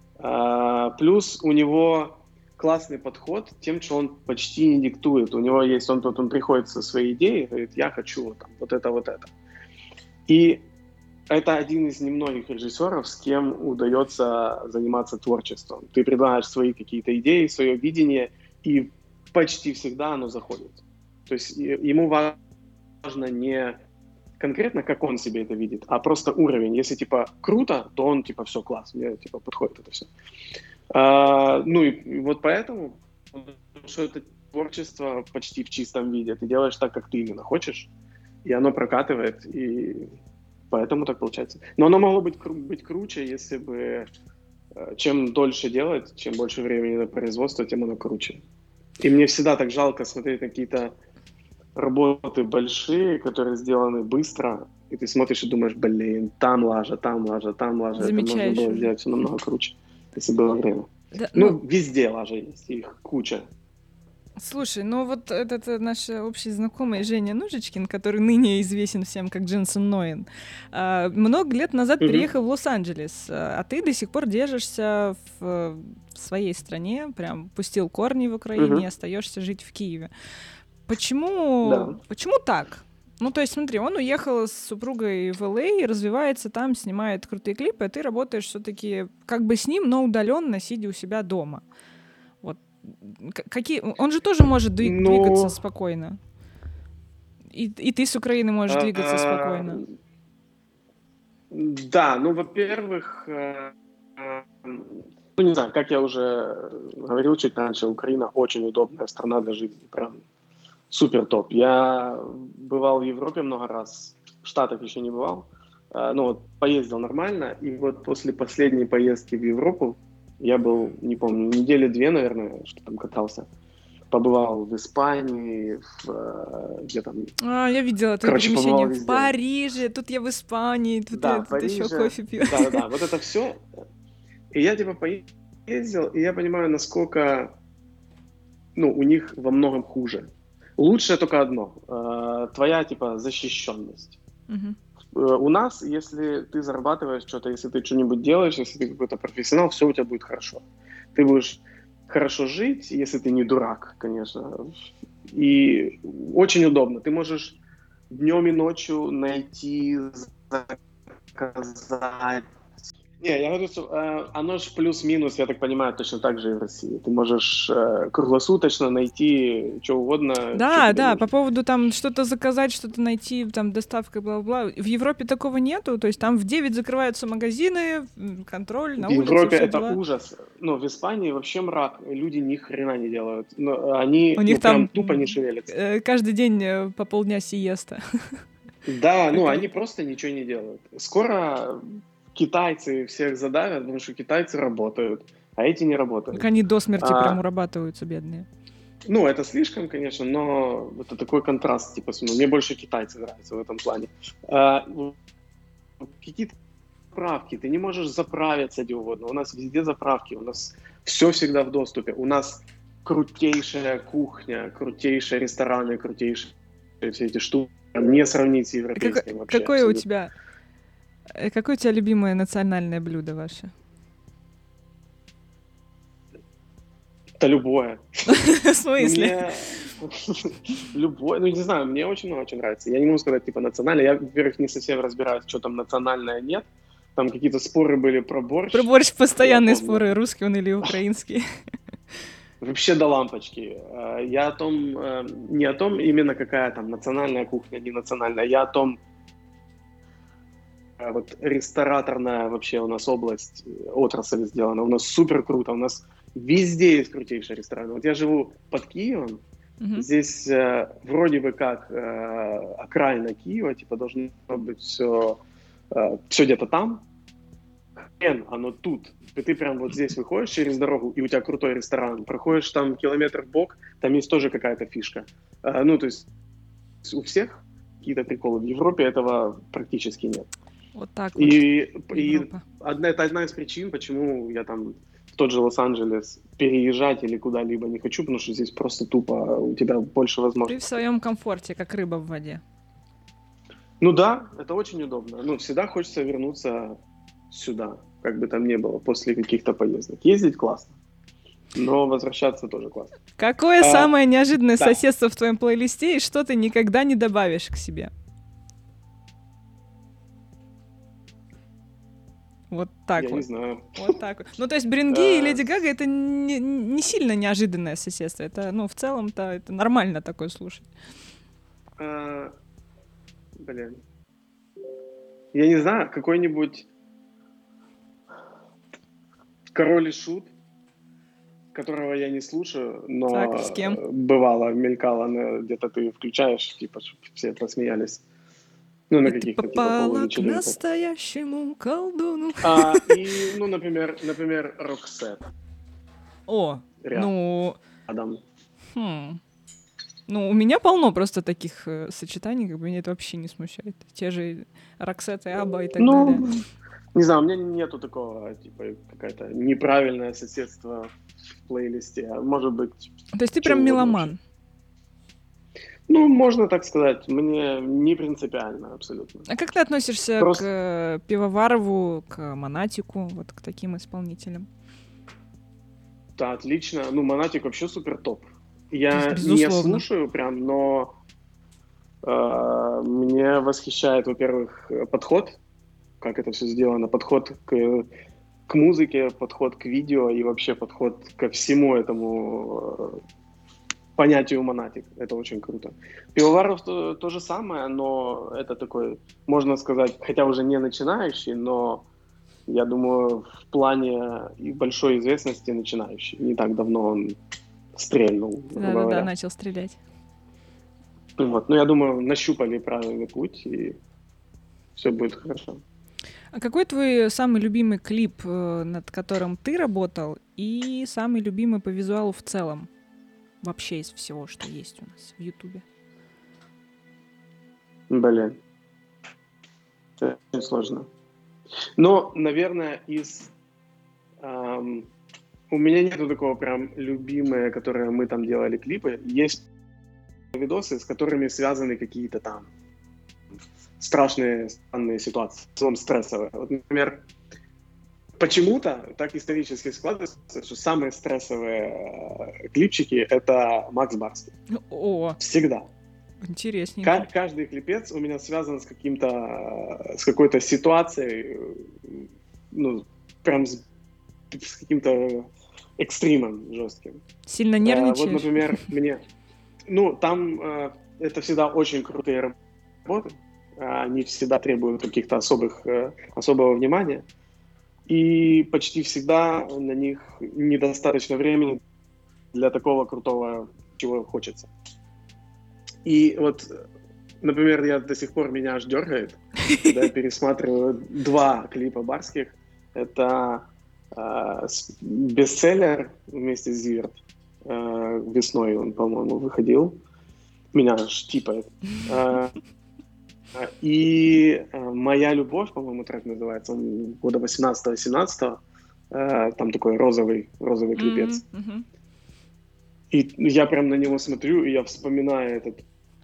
Плюс у него классный подход тем, что он почти не диктует. У него есть, он приходит со своей идеей, говорит, я хочу там, вот это, вот это. И это один из немногих режиссеров, с кем удается заниматься творчеством. Ты предлагаешь свои какие-то идеи, свое видение, и почти всегда оно заходит. То есть ему важно не конкретно, как он себе это видит, а просто уровень. Если, типа, круто, то он, типа, все, класс, мне, типа, подходит это все. Ну, и вот поэтому, что это творчество почти в чистом виде. Ты делаешь так, как ты именно хочешь, и оно прокатывает, и поэтому так получается. Но оно могло быть круче, если бы чем дольше делать, чем больше времени на производство, тем оно круче. И мне всегда так жалко смотреть на какие-то работы большие, которые сделаны быстро, и ты смотришь и думаешь, блин, там лажа, там лажа, там лажа. Это можно Замечаешь было уже. сделать все намного круче, если было время. Да, ну, Ну, везде лажа есть, их куча. слушай, ну вот этот наш общий знакомый Женя Нужичкин, который ныне известен всем как Дженсен Ноин, много лет назад Мгм. переехал в Лос-Анджелес, а ты до сих пор держишься в своей стране, прям пустил корни в Украине и Мгм. остаешься жить в Киеве. Да. Почему так? Ну, то есть, смотри, он уехал с супругой в Л.А., развивается там, снимает крутые клипы, а ты работаешь все-таки как бы с ним, но удаленно, сидя у себя дома. Вот какие... Он же тоже может двигаться Ну, спокойно. И ты с Украины можешь двигаться а, спокойно. да, ну, во-первых, ну, не знаю, как я уже говорил чуть раньше, Украина очень удобная страна для жизни, прям супер топ. Я бывал в Европе много раз, в Штатах еще не бывал. Ну вот, поездил нормально, и вот после последней поездки в Европу, я был, не помню, недели две, наверное, что там катался, побывал в Испании, где там, Я видела твои короче, перемещения побывал в везде. Париже, тут я в Испании, тут Да, я в тут еще Париже, кофе пью. да-да-да, вот это все. И я типа поездил, и я понимаю, насколько, ну, у них во многом хуже. Лучшее только одно, твоя типа защищенность. Мгм. У нас, если ты зарабатываешь что-то, если ты что-нибудь делаешь, если ты какой-то профессионал, все у тебя будет хорошо. Ты будешь хорошо жить, если ты не дурак, конечно. И очень удобно. Ты можешь днем и ночью найти, заказать. Не, я говорю, что оно же плюс-минус, я так понимаю, точно так же и в России. Ты можешь круглосуточно найти что угодно, что Да, тебе да, по нужно. поводу там что-то заказать, что-то найти, там доставка, бла-бла. В Европе такого нету, то есть там в 9 закрываются магазины, контроль В на улице, Европе все это дела. ужас. Но в Испании вообще мрак. Люди ни хрена не делают. Но У они, них ну, прям там тупо не шевелятся. каждый день по полдня сиеста. Да, ну, они Какая-то. просто ничего не делают. Скоро китайцы всех задавят, потому что китайцы работают, а эти не Так работают. они до смерти прям А, урабатываются, бедные. ну, это слишком, конечно, но это такой контраст, типа, мне больше китайцы нравятся в этом плане. Ну, какие-то заправки, ты не можешь заправиться где угодно. У нас везде заправки, у нас все всегда в доступе. У нас крутейшая кухня, крутейшие рестораны, крутейшие все эти штуки. Не сравнить с Какое, европейским вообще какое у абсолютно. тебя какое у тебя любимое национальное блюдо ваше? Это любое. В Ну, смысле? мне любое, ну, не знаю, мне очень много очень нравится. Я не могу сказать, типа, национальное. Я, во-первых, не совсем разбираюсь, что там национальное нет. Там какие-то споры были про Про борщ, борщ я постоянные помню. споры, русский он или украинский. Вообще до лампочки. Я о том, не о том именно какая там национальная кухня, не национальная. Я о том, вот рестораторная вообще у нас область, отрасль сделана. У нас супер круто. У нас везде есть крутейшие рестораны. Вот я живу под Киевом, Здесь вроде бы как окраина Киева, типа должно быть все где-то там. Хрен, оно тут. И ты прям вот здесь выходишь через дорогу, и у тебя крутой ресторан. Проходишь там километр вбок, там есть тоже какая-то фишка. Ну, то есть у всех какие-то приколы. В Европе этого практически нет. Вот так вот. И это одна из причин, почему я там в тот же Лос-Анджелес переезжать или куда-либо не хочу, потому что здесь просто тупо у тебя больше возможностей. Ты в своем комфорте, как рыба в воде. Ну да, это очень удобно. Ну, всегда хочется вернуться сюда, как бы там ни было, после каких-то поездок. Ездить классно, но возвращаться тоже классно. Какое самое неожиданное соседство в твоем плейлисте, и что ты никогда не добавишь к себе? Вот так я вот. Не знаю. Вот так вот. Ну, то есть Бринги и Леди Гага — это не сильно неожиданное соседство. Это, ну, в целом-то это нормально такое слушать. Блин. Я не знаю, какой-нибудь Король и Шут, которого я не слушаю, но так, с кем? Бывало, мелькало, где-то ты включаешь, типа, чтобы все посмеялись. Ну, на каких-то типа полувечеринках. К настоящему колдуну. И, ну, например, Роксет. О, ну... Адам. Ну, у меня полно просто таких сочетаний, как бы меня это вообще не смущает. Те же Роксет и Абба и так далее. Не знаю, у меня нету такого, типа, какое-то неправильное соседство в плейлисте. А может быть... То есть ты прям меломан? Ну, можно так сказать. Мне не принципиально абсолютно. А как ты относишься к Пивоварову, к Монатику, вот к таким исполнителям? Да, отлично. Ну, Монатик вообще супер топ. Я не слушаю прям, но мне восхищает, во-первых, подход, как это все сделано, подход к музыке, подход к видео и вообще подход ко всему этому понятию монатик. Это очень круто. Пивоваров то же самое, но это такой, можно сказать, хотя уже не начинающий, но я думаю, в плане большой известности начинающий. Не так давно он стрельнул. Да, начал стрелять. Вот. Но я думаю, нащупали правильный путь, и все будет хорошо. А какой твой самый любимый клип, над которым ты работал, и самый любимый по визуалу в целом? Вообще из всего, что есть у нас в Ютубе. Блин. Это очень сложно. Но, наверное, у меня нету такого прям любимое, которое мы там делали клипы. Есть видосы, с которыми связаны какие-то там страшные, странные ситуации, в целом стрессовые. Вот, например, почему-то так исторически складывается, что самые стрессовые клипчики — это Макс Барских. О! Всегда. Интересненько. Каждый клипец у меня связан с какой-то ситуацией, ну, прям с каким-то экстримом жестким. Сильно нервничаешь? Вот, например, там это всегда очень крутые работы, они всегда требуют каких-то особого внимания, и почти всегда на них недостаточно времени для такого крутого, чего хочется. И вот, например, до сих пор меня аж дергает, когда я пересматриваю 2 клипа Барских. Это «Бестселлер» вместе с Зиверт. Весной он, по-моему, выходил. Меня аж типает. И «Моя любовь», по-моему, трек называется. Он года 18-17. Там такой розовый клипец. И я прям на него смотрю, и я вспоминаю этот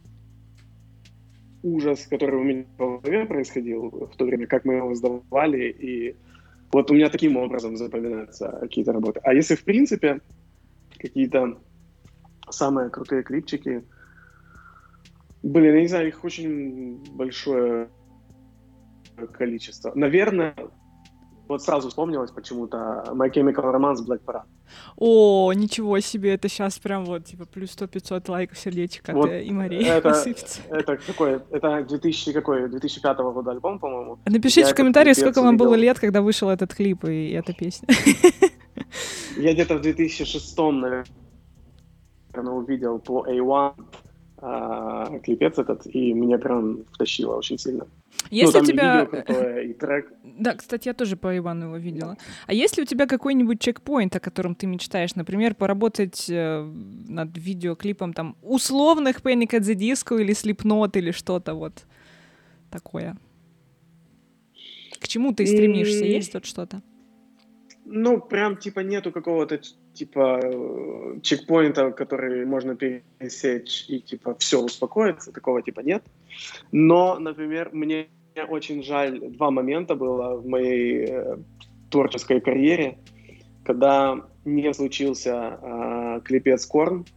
ужас, который у меня в голове происходил в то время, как мы его издавали, и вот у меня таким образом запоминаются какие-то работы. А если, в принципе, какие-то самые крутые клипчики, блин, я не знаю, их очень большое количество. Наверное, вот сразу вспомнилось почему-то My Chemical Romance, Black Parade. О, ничего себе, это сейчас прям вот, типа, плюс 100-500 лайков, сердечек от и Марии посыпется. Это 2005 года альбом, по-моему. Напишите в комментариях, сколько вам было лет, когда вышел этот клип и эта песня. Я где-то в 2006, наверное, увидел по A1 клипец этот, и меня прям втащило очень сильно. Если там у тебя... видео крутое, и трек. Да, кстати, я тоже по Ивану его видела. А есть ли у тебя какой-нибудь чекпоинт, о котором ты мечтаешь? Например, поработать над видеоклипом там условных Panic at the Disco или Slipknot или что-то вот такое? К чему ты стремишься? Есть вот что-то? Ну, прям, типа, нету какого-то, типа, чекпоинта, который можно пересечь и, типа, все, успокоиться. Такого, типа, нет. Но, например, мне очень жаль, 2 момента было в моей творческой карьере, когда не случился клипец Корн.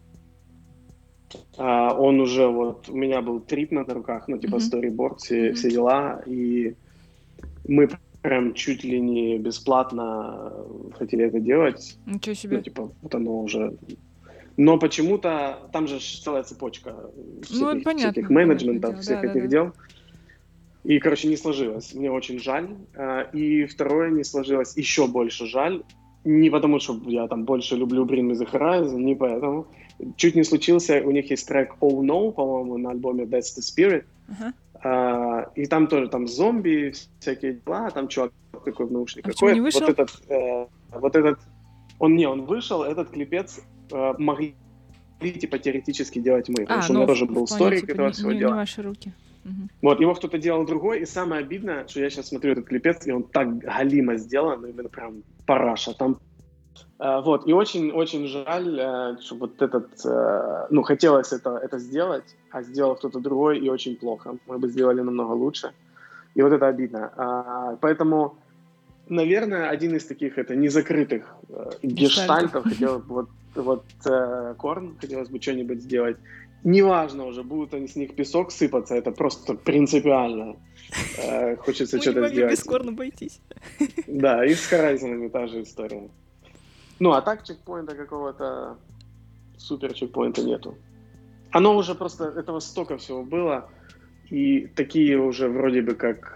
Он уже вот, у меня был трип на руках, ну, типа, сториборд, все дела, и мы прям чуть ли не бесплатно хотели это делать. Ничего себе. Ну, типа, вот оно уже... Но почему-то там же целая цепочка всяких менеджментов, всех этих дел. И, короче, не сложилось. Мне очень жаль. И второе, не сложилось еще больше жаль. Не потому, что я там больше люблю Bring Me The Horizon, не поэтому. Чуть не случился, у них есть трек Oh No, по-моему, на альбоме That's The Spirit. И там тоже там зомби, всякие дела, там чувак такой в наушниках. Почему не вышел? Вот этот, он вышел, этот клипец могли типа теоретически делать мы, потому что у меня тоже был сторик типа, этого всего дела. Не ваши руки. Вот, его кто-то делал другой, и самое обидное, что я сейчас смотрю этот клипец, и он так галимо сделан, именно прям параша. Там вот, и очень-очень жаль, что вот этот, хотелось это сделать, а сделал кто-то другой, и очень плохо. Мы бы сделали намного лучше, и вот это обидно. Поэтому, наверное, один из таких, это незакрытых гештальтов, хотелось бы Корн, хотелось бы что-нибудь сделать. Неважно уже, будут они с них песок сыпаться, это просто принципиально. Хочется что-то сделать. Мы не могли без Корна обойтись. Да, и с Horizon та же история. Ну, а так чекпоинта какого-то, супер чекпоинта нету. Оно уже просто, этого столько всего было, и такие уже вроде бы как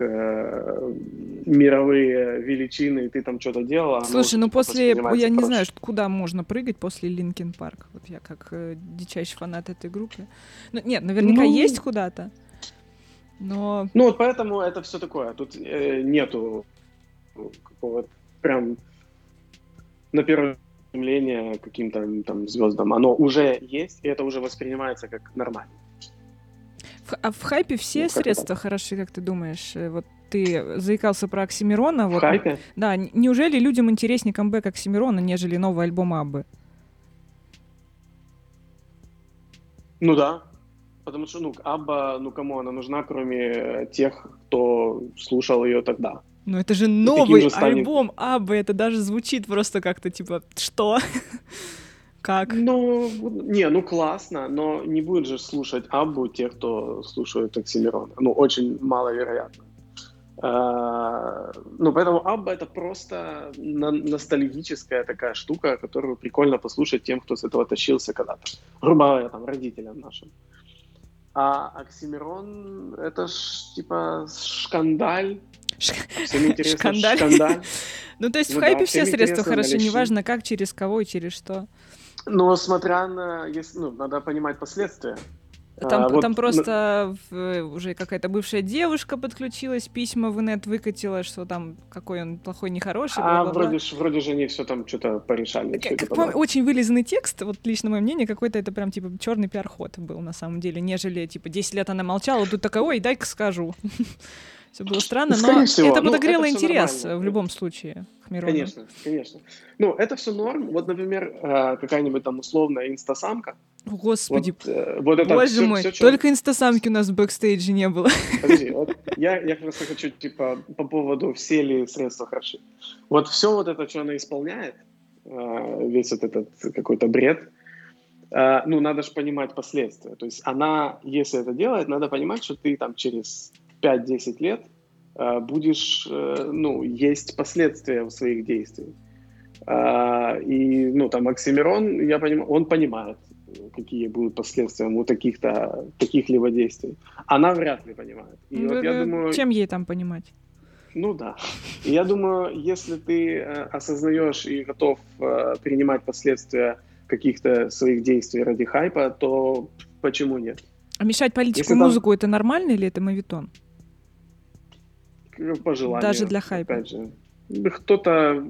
мировые величины, и ты там что-то делала. Слушай, ну после, я не знаю, куда можно прыгать после Linkin Park. Вот я как дичайший фанат этой группы. Ну, нет, наверняка есть куда-то, но... Ну, вот поэтому это все такое. Тут нету какого-то прям... на первое стремление к каким-то там звездам. Оно уже есть, и это уже воспринимается как нормально. А в хайпе все средства хороши, как ты думаешь? Вот ты заикался про Оксимирона. В хайпе? Да, неужели людям интереснее камбэк Оксимирона, нежели новый альбом Аббы? Ну да. Потому что, Абба, кому она нужна, кроме тех, кто слушал ее тогда. Ну это же новый альбом Аббы, это даже звучит просто как-то типа, что? Как? Классно, но не будет же слушать Аббу те, кто слушает Оксимирона. Очень маловероятно. Поэтому Абба — это просто ностальгическая такая штука, которую прикольно послушать тем, кто с этого тащился когда-то. Грубо говоря, там, родителям нашим. А Оксимирон — это ж, типа, шкандаль. Всем интересно шкандаль. Ну, то есть в хайпе все средства хороши, неважно как, через кого и через что. Но смотря на... надо понимать последствия. Там просто уже какая-то бывшая девушка подключилась, письма в инет выкатила, что там какой он плохой, нехороший. Вроде же они все там что-то порешали. Очень вылизанный текст, вот лично мое мнение, какой-то это прям типа черный пиар-ход был на самом деле, нежели типа 10 лет она молчала, тут такая, ой, дай-ка скажу. Все было странно, но это подогрело интерес в любом случае к Мирону. Конечно. Это все норм. Вот, например, какая-нибудь там условная инстасамка. Господи, боже мой, только инстасамки у нас в бэкстейдже не было. Подожди, я просто хочу, типа, по поводу, все ли средства хороши. Вот все вот это, что она исполняет, весь вот этот какой-то бред, надо же понимать последствия. То есть она, если это делает, надо понимать, что ты там через 5-10 лет будешь, есть последствия своих действий. И, там, Оксимирон, я понимаю, он понимает, какие будут последствия у таких-либо действий. Она вряд ли понимает. И я думаю, чем ей там понимать? Да. И я думаю, если ты осознаешь и готов принимать последствия каких-то своих действий ради хайпа, то почему нет? А мешать политику Если и музыку это нормально или это моветон? По желанию. Даже для хайпа. Опять же. Кто-то,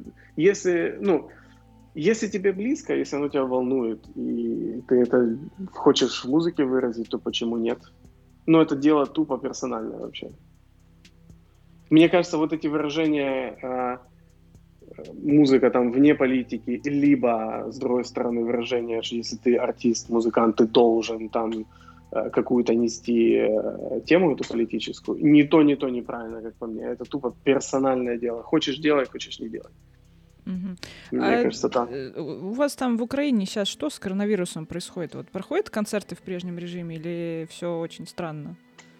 если тебе близко, если оно тебя волнует, и ты это хочешь в музыке выразить, то почему нет? Но это дело тупо персональное вообще. Мне кажется, вот эти выражения музыка там вне политики, либо, с другой стороны, выражение, что если ты артист, музыкант, ты должен там какую-то нести тему эту политическую. Ни то неправильно, как по мне. Это тупо персональное дело. Хочешь делай, хочешь не делай. Угу. Мне кажется, так. У вас там в Украине сейчас что с коронавирусом происходит? Вот проходят концерты в прежнем режиме или все очень странно?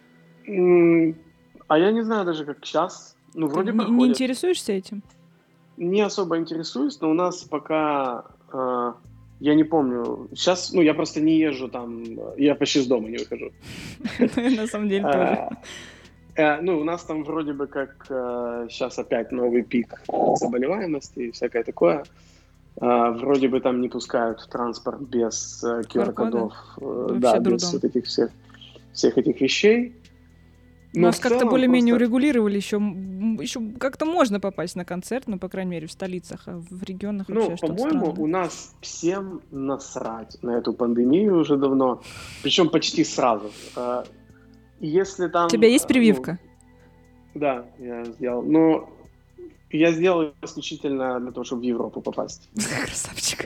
А я не знаю даже, как сейчас. Ну, вроде проходит. Не интересуешься этим? Не особо интересуюсь, но у нас пока... Я не помню. Сейчас, я просто не езжу там. Я почти с дома не выхожу. На самом деле тоже. У нас там вроде бы как сейчас опять новый пик заболеваемости и всякое такое. Вроде бы там не пускают в транспорт без QR-кодов, да, без вот этих всех этих вещей. Нас как-то более-менее урегулировали, еще как-то можно попасть на концерт, по крайней мере, в столицах, а в регионах вообще что-то по-моему, странное. у нас всем насрать на эту пандемию уже давно, причем почти сразу. Если там... У тебя есть прививка? Да, я сделал. Но я сделал исключительно для того, чтобы в Европу попасть. Красавчик.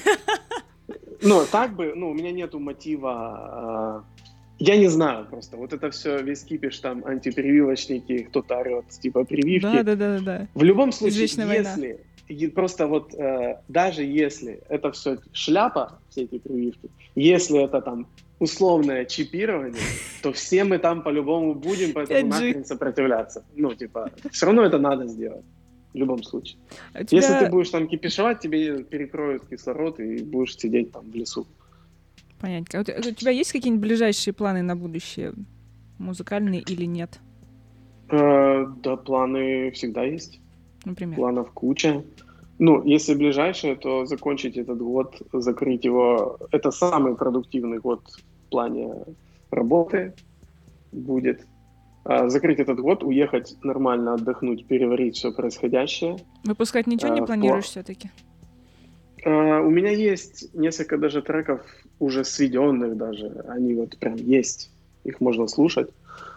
Так бы, у меня нету мотива... Я не знаю просто. Вот это все, весь кипиш, там, антипрививочники, кто-то орет, типа, прививки. Да. В любом случае, если... Просто вот даже если это все шляпа, все эти прививки, если это там условное чипирование, то все мы там по-любому будем, поэтому нахрен сопротивляться. Все равно это надо сделать. В любом случае. Если ты будешь там кипишевать, тебе перекроют кислород и будешь сидеть там в лесу. Понятно. У тебя есть какие-нибудь ближайшие планы на будущее? Музыкальные или нет? Да, планы всегда есть. Например? Планов куча. Если ближайшее, то закончить этот год, закрыть его. Это самый продуктивный год в плане работы будет. Закрыть этот год, уехать нормально, отдохнуть, переварить все происходящее. Выпускать ничего не планируешь все-таки? У меня есть несколько даже треков, уже сведенных даже. Они вот прям есть. Их можно слушать.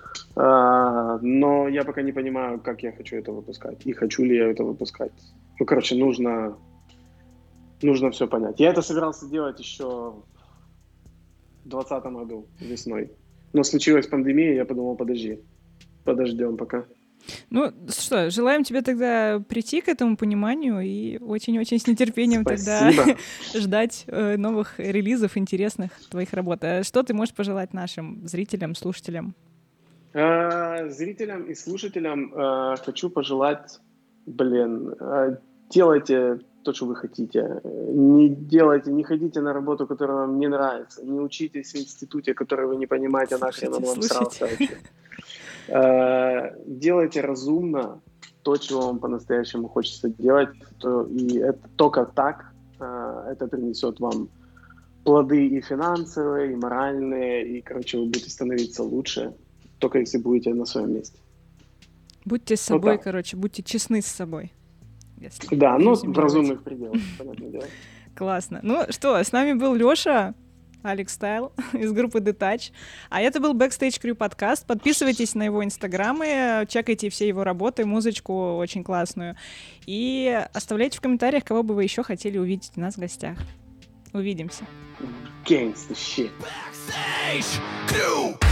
Но я пока не понимаю, как я хочу это выпускать. И хочу ли я это выпускать. Нужно все понять. Я это собирался делать еще в 2020 году, весной. Но случилась пандемия, я подумал, подождем пока. Что, желаем тебе тогда прийти к этому пониманию и очень-очень с нетерпением Спасибо. тогда ждать новых релизов, интересных твоих работ. А что ты можешь пожелать нашим зрителям, слушателям? Зрителям и слушателям хочу пожелать, делайте то, что вы хотите. Не ходите на работу, которая вам не нравится. Не учитесь в институте, который вы не понимаете, нахрен он вам срался вообще. Делайте разумно то, чего вам по-настоящему хочется делать, и это только так это принесет вам плоды и финансовые, и моральные, и, вы будете становиться лучше, только если будете на своем месте. Будьте с собой, будьте честны с собой. Да, в разумных пределах, понятное дело. Классно. С нами был Лёша, Алекс Style из группы Detach. А это был Backstage Crew подкаст. Подписывайтесь на его инстаграмы, чекайте все его работы, музычку очень классную. И оставляйте в комментариях, кого бы вы еще хотели увидеть у нас в гостях. Увидимся. Gangsta shit. Backstage Crew.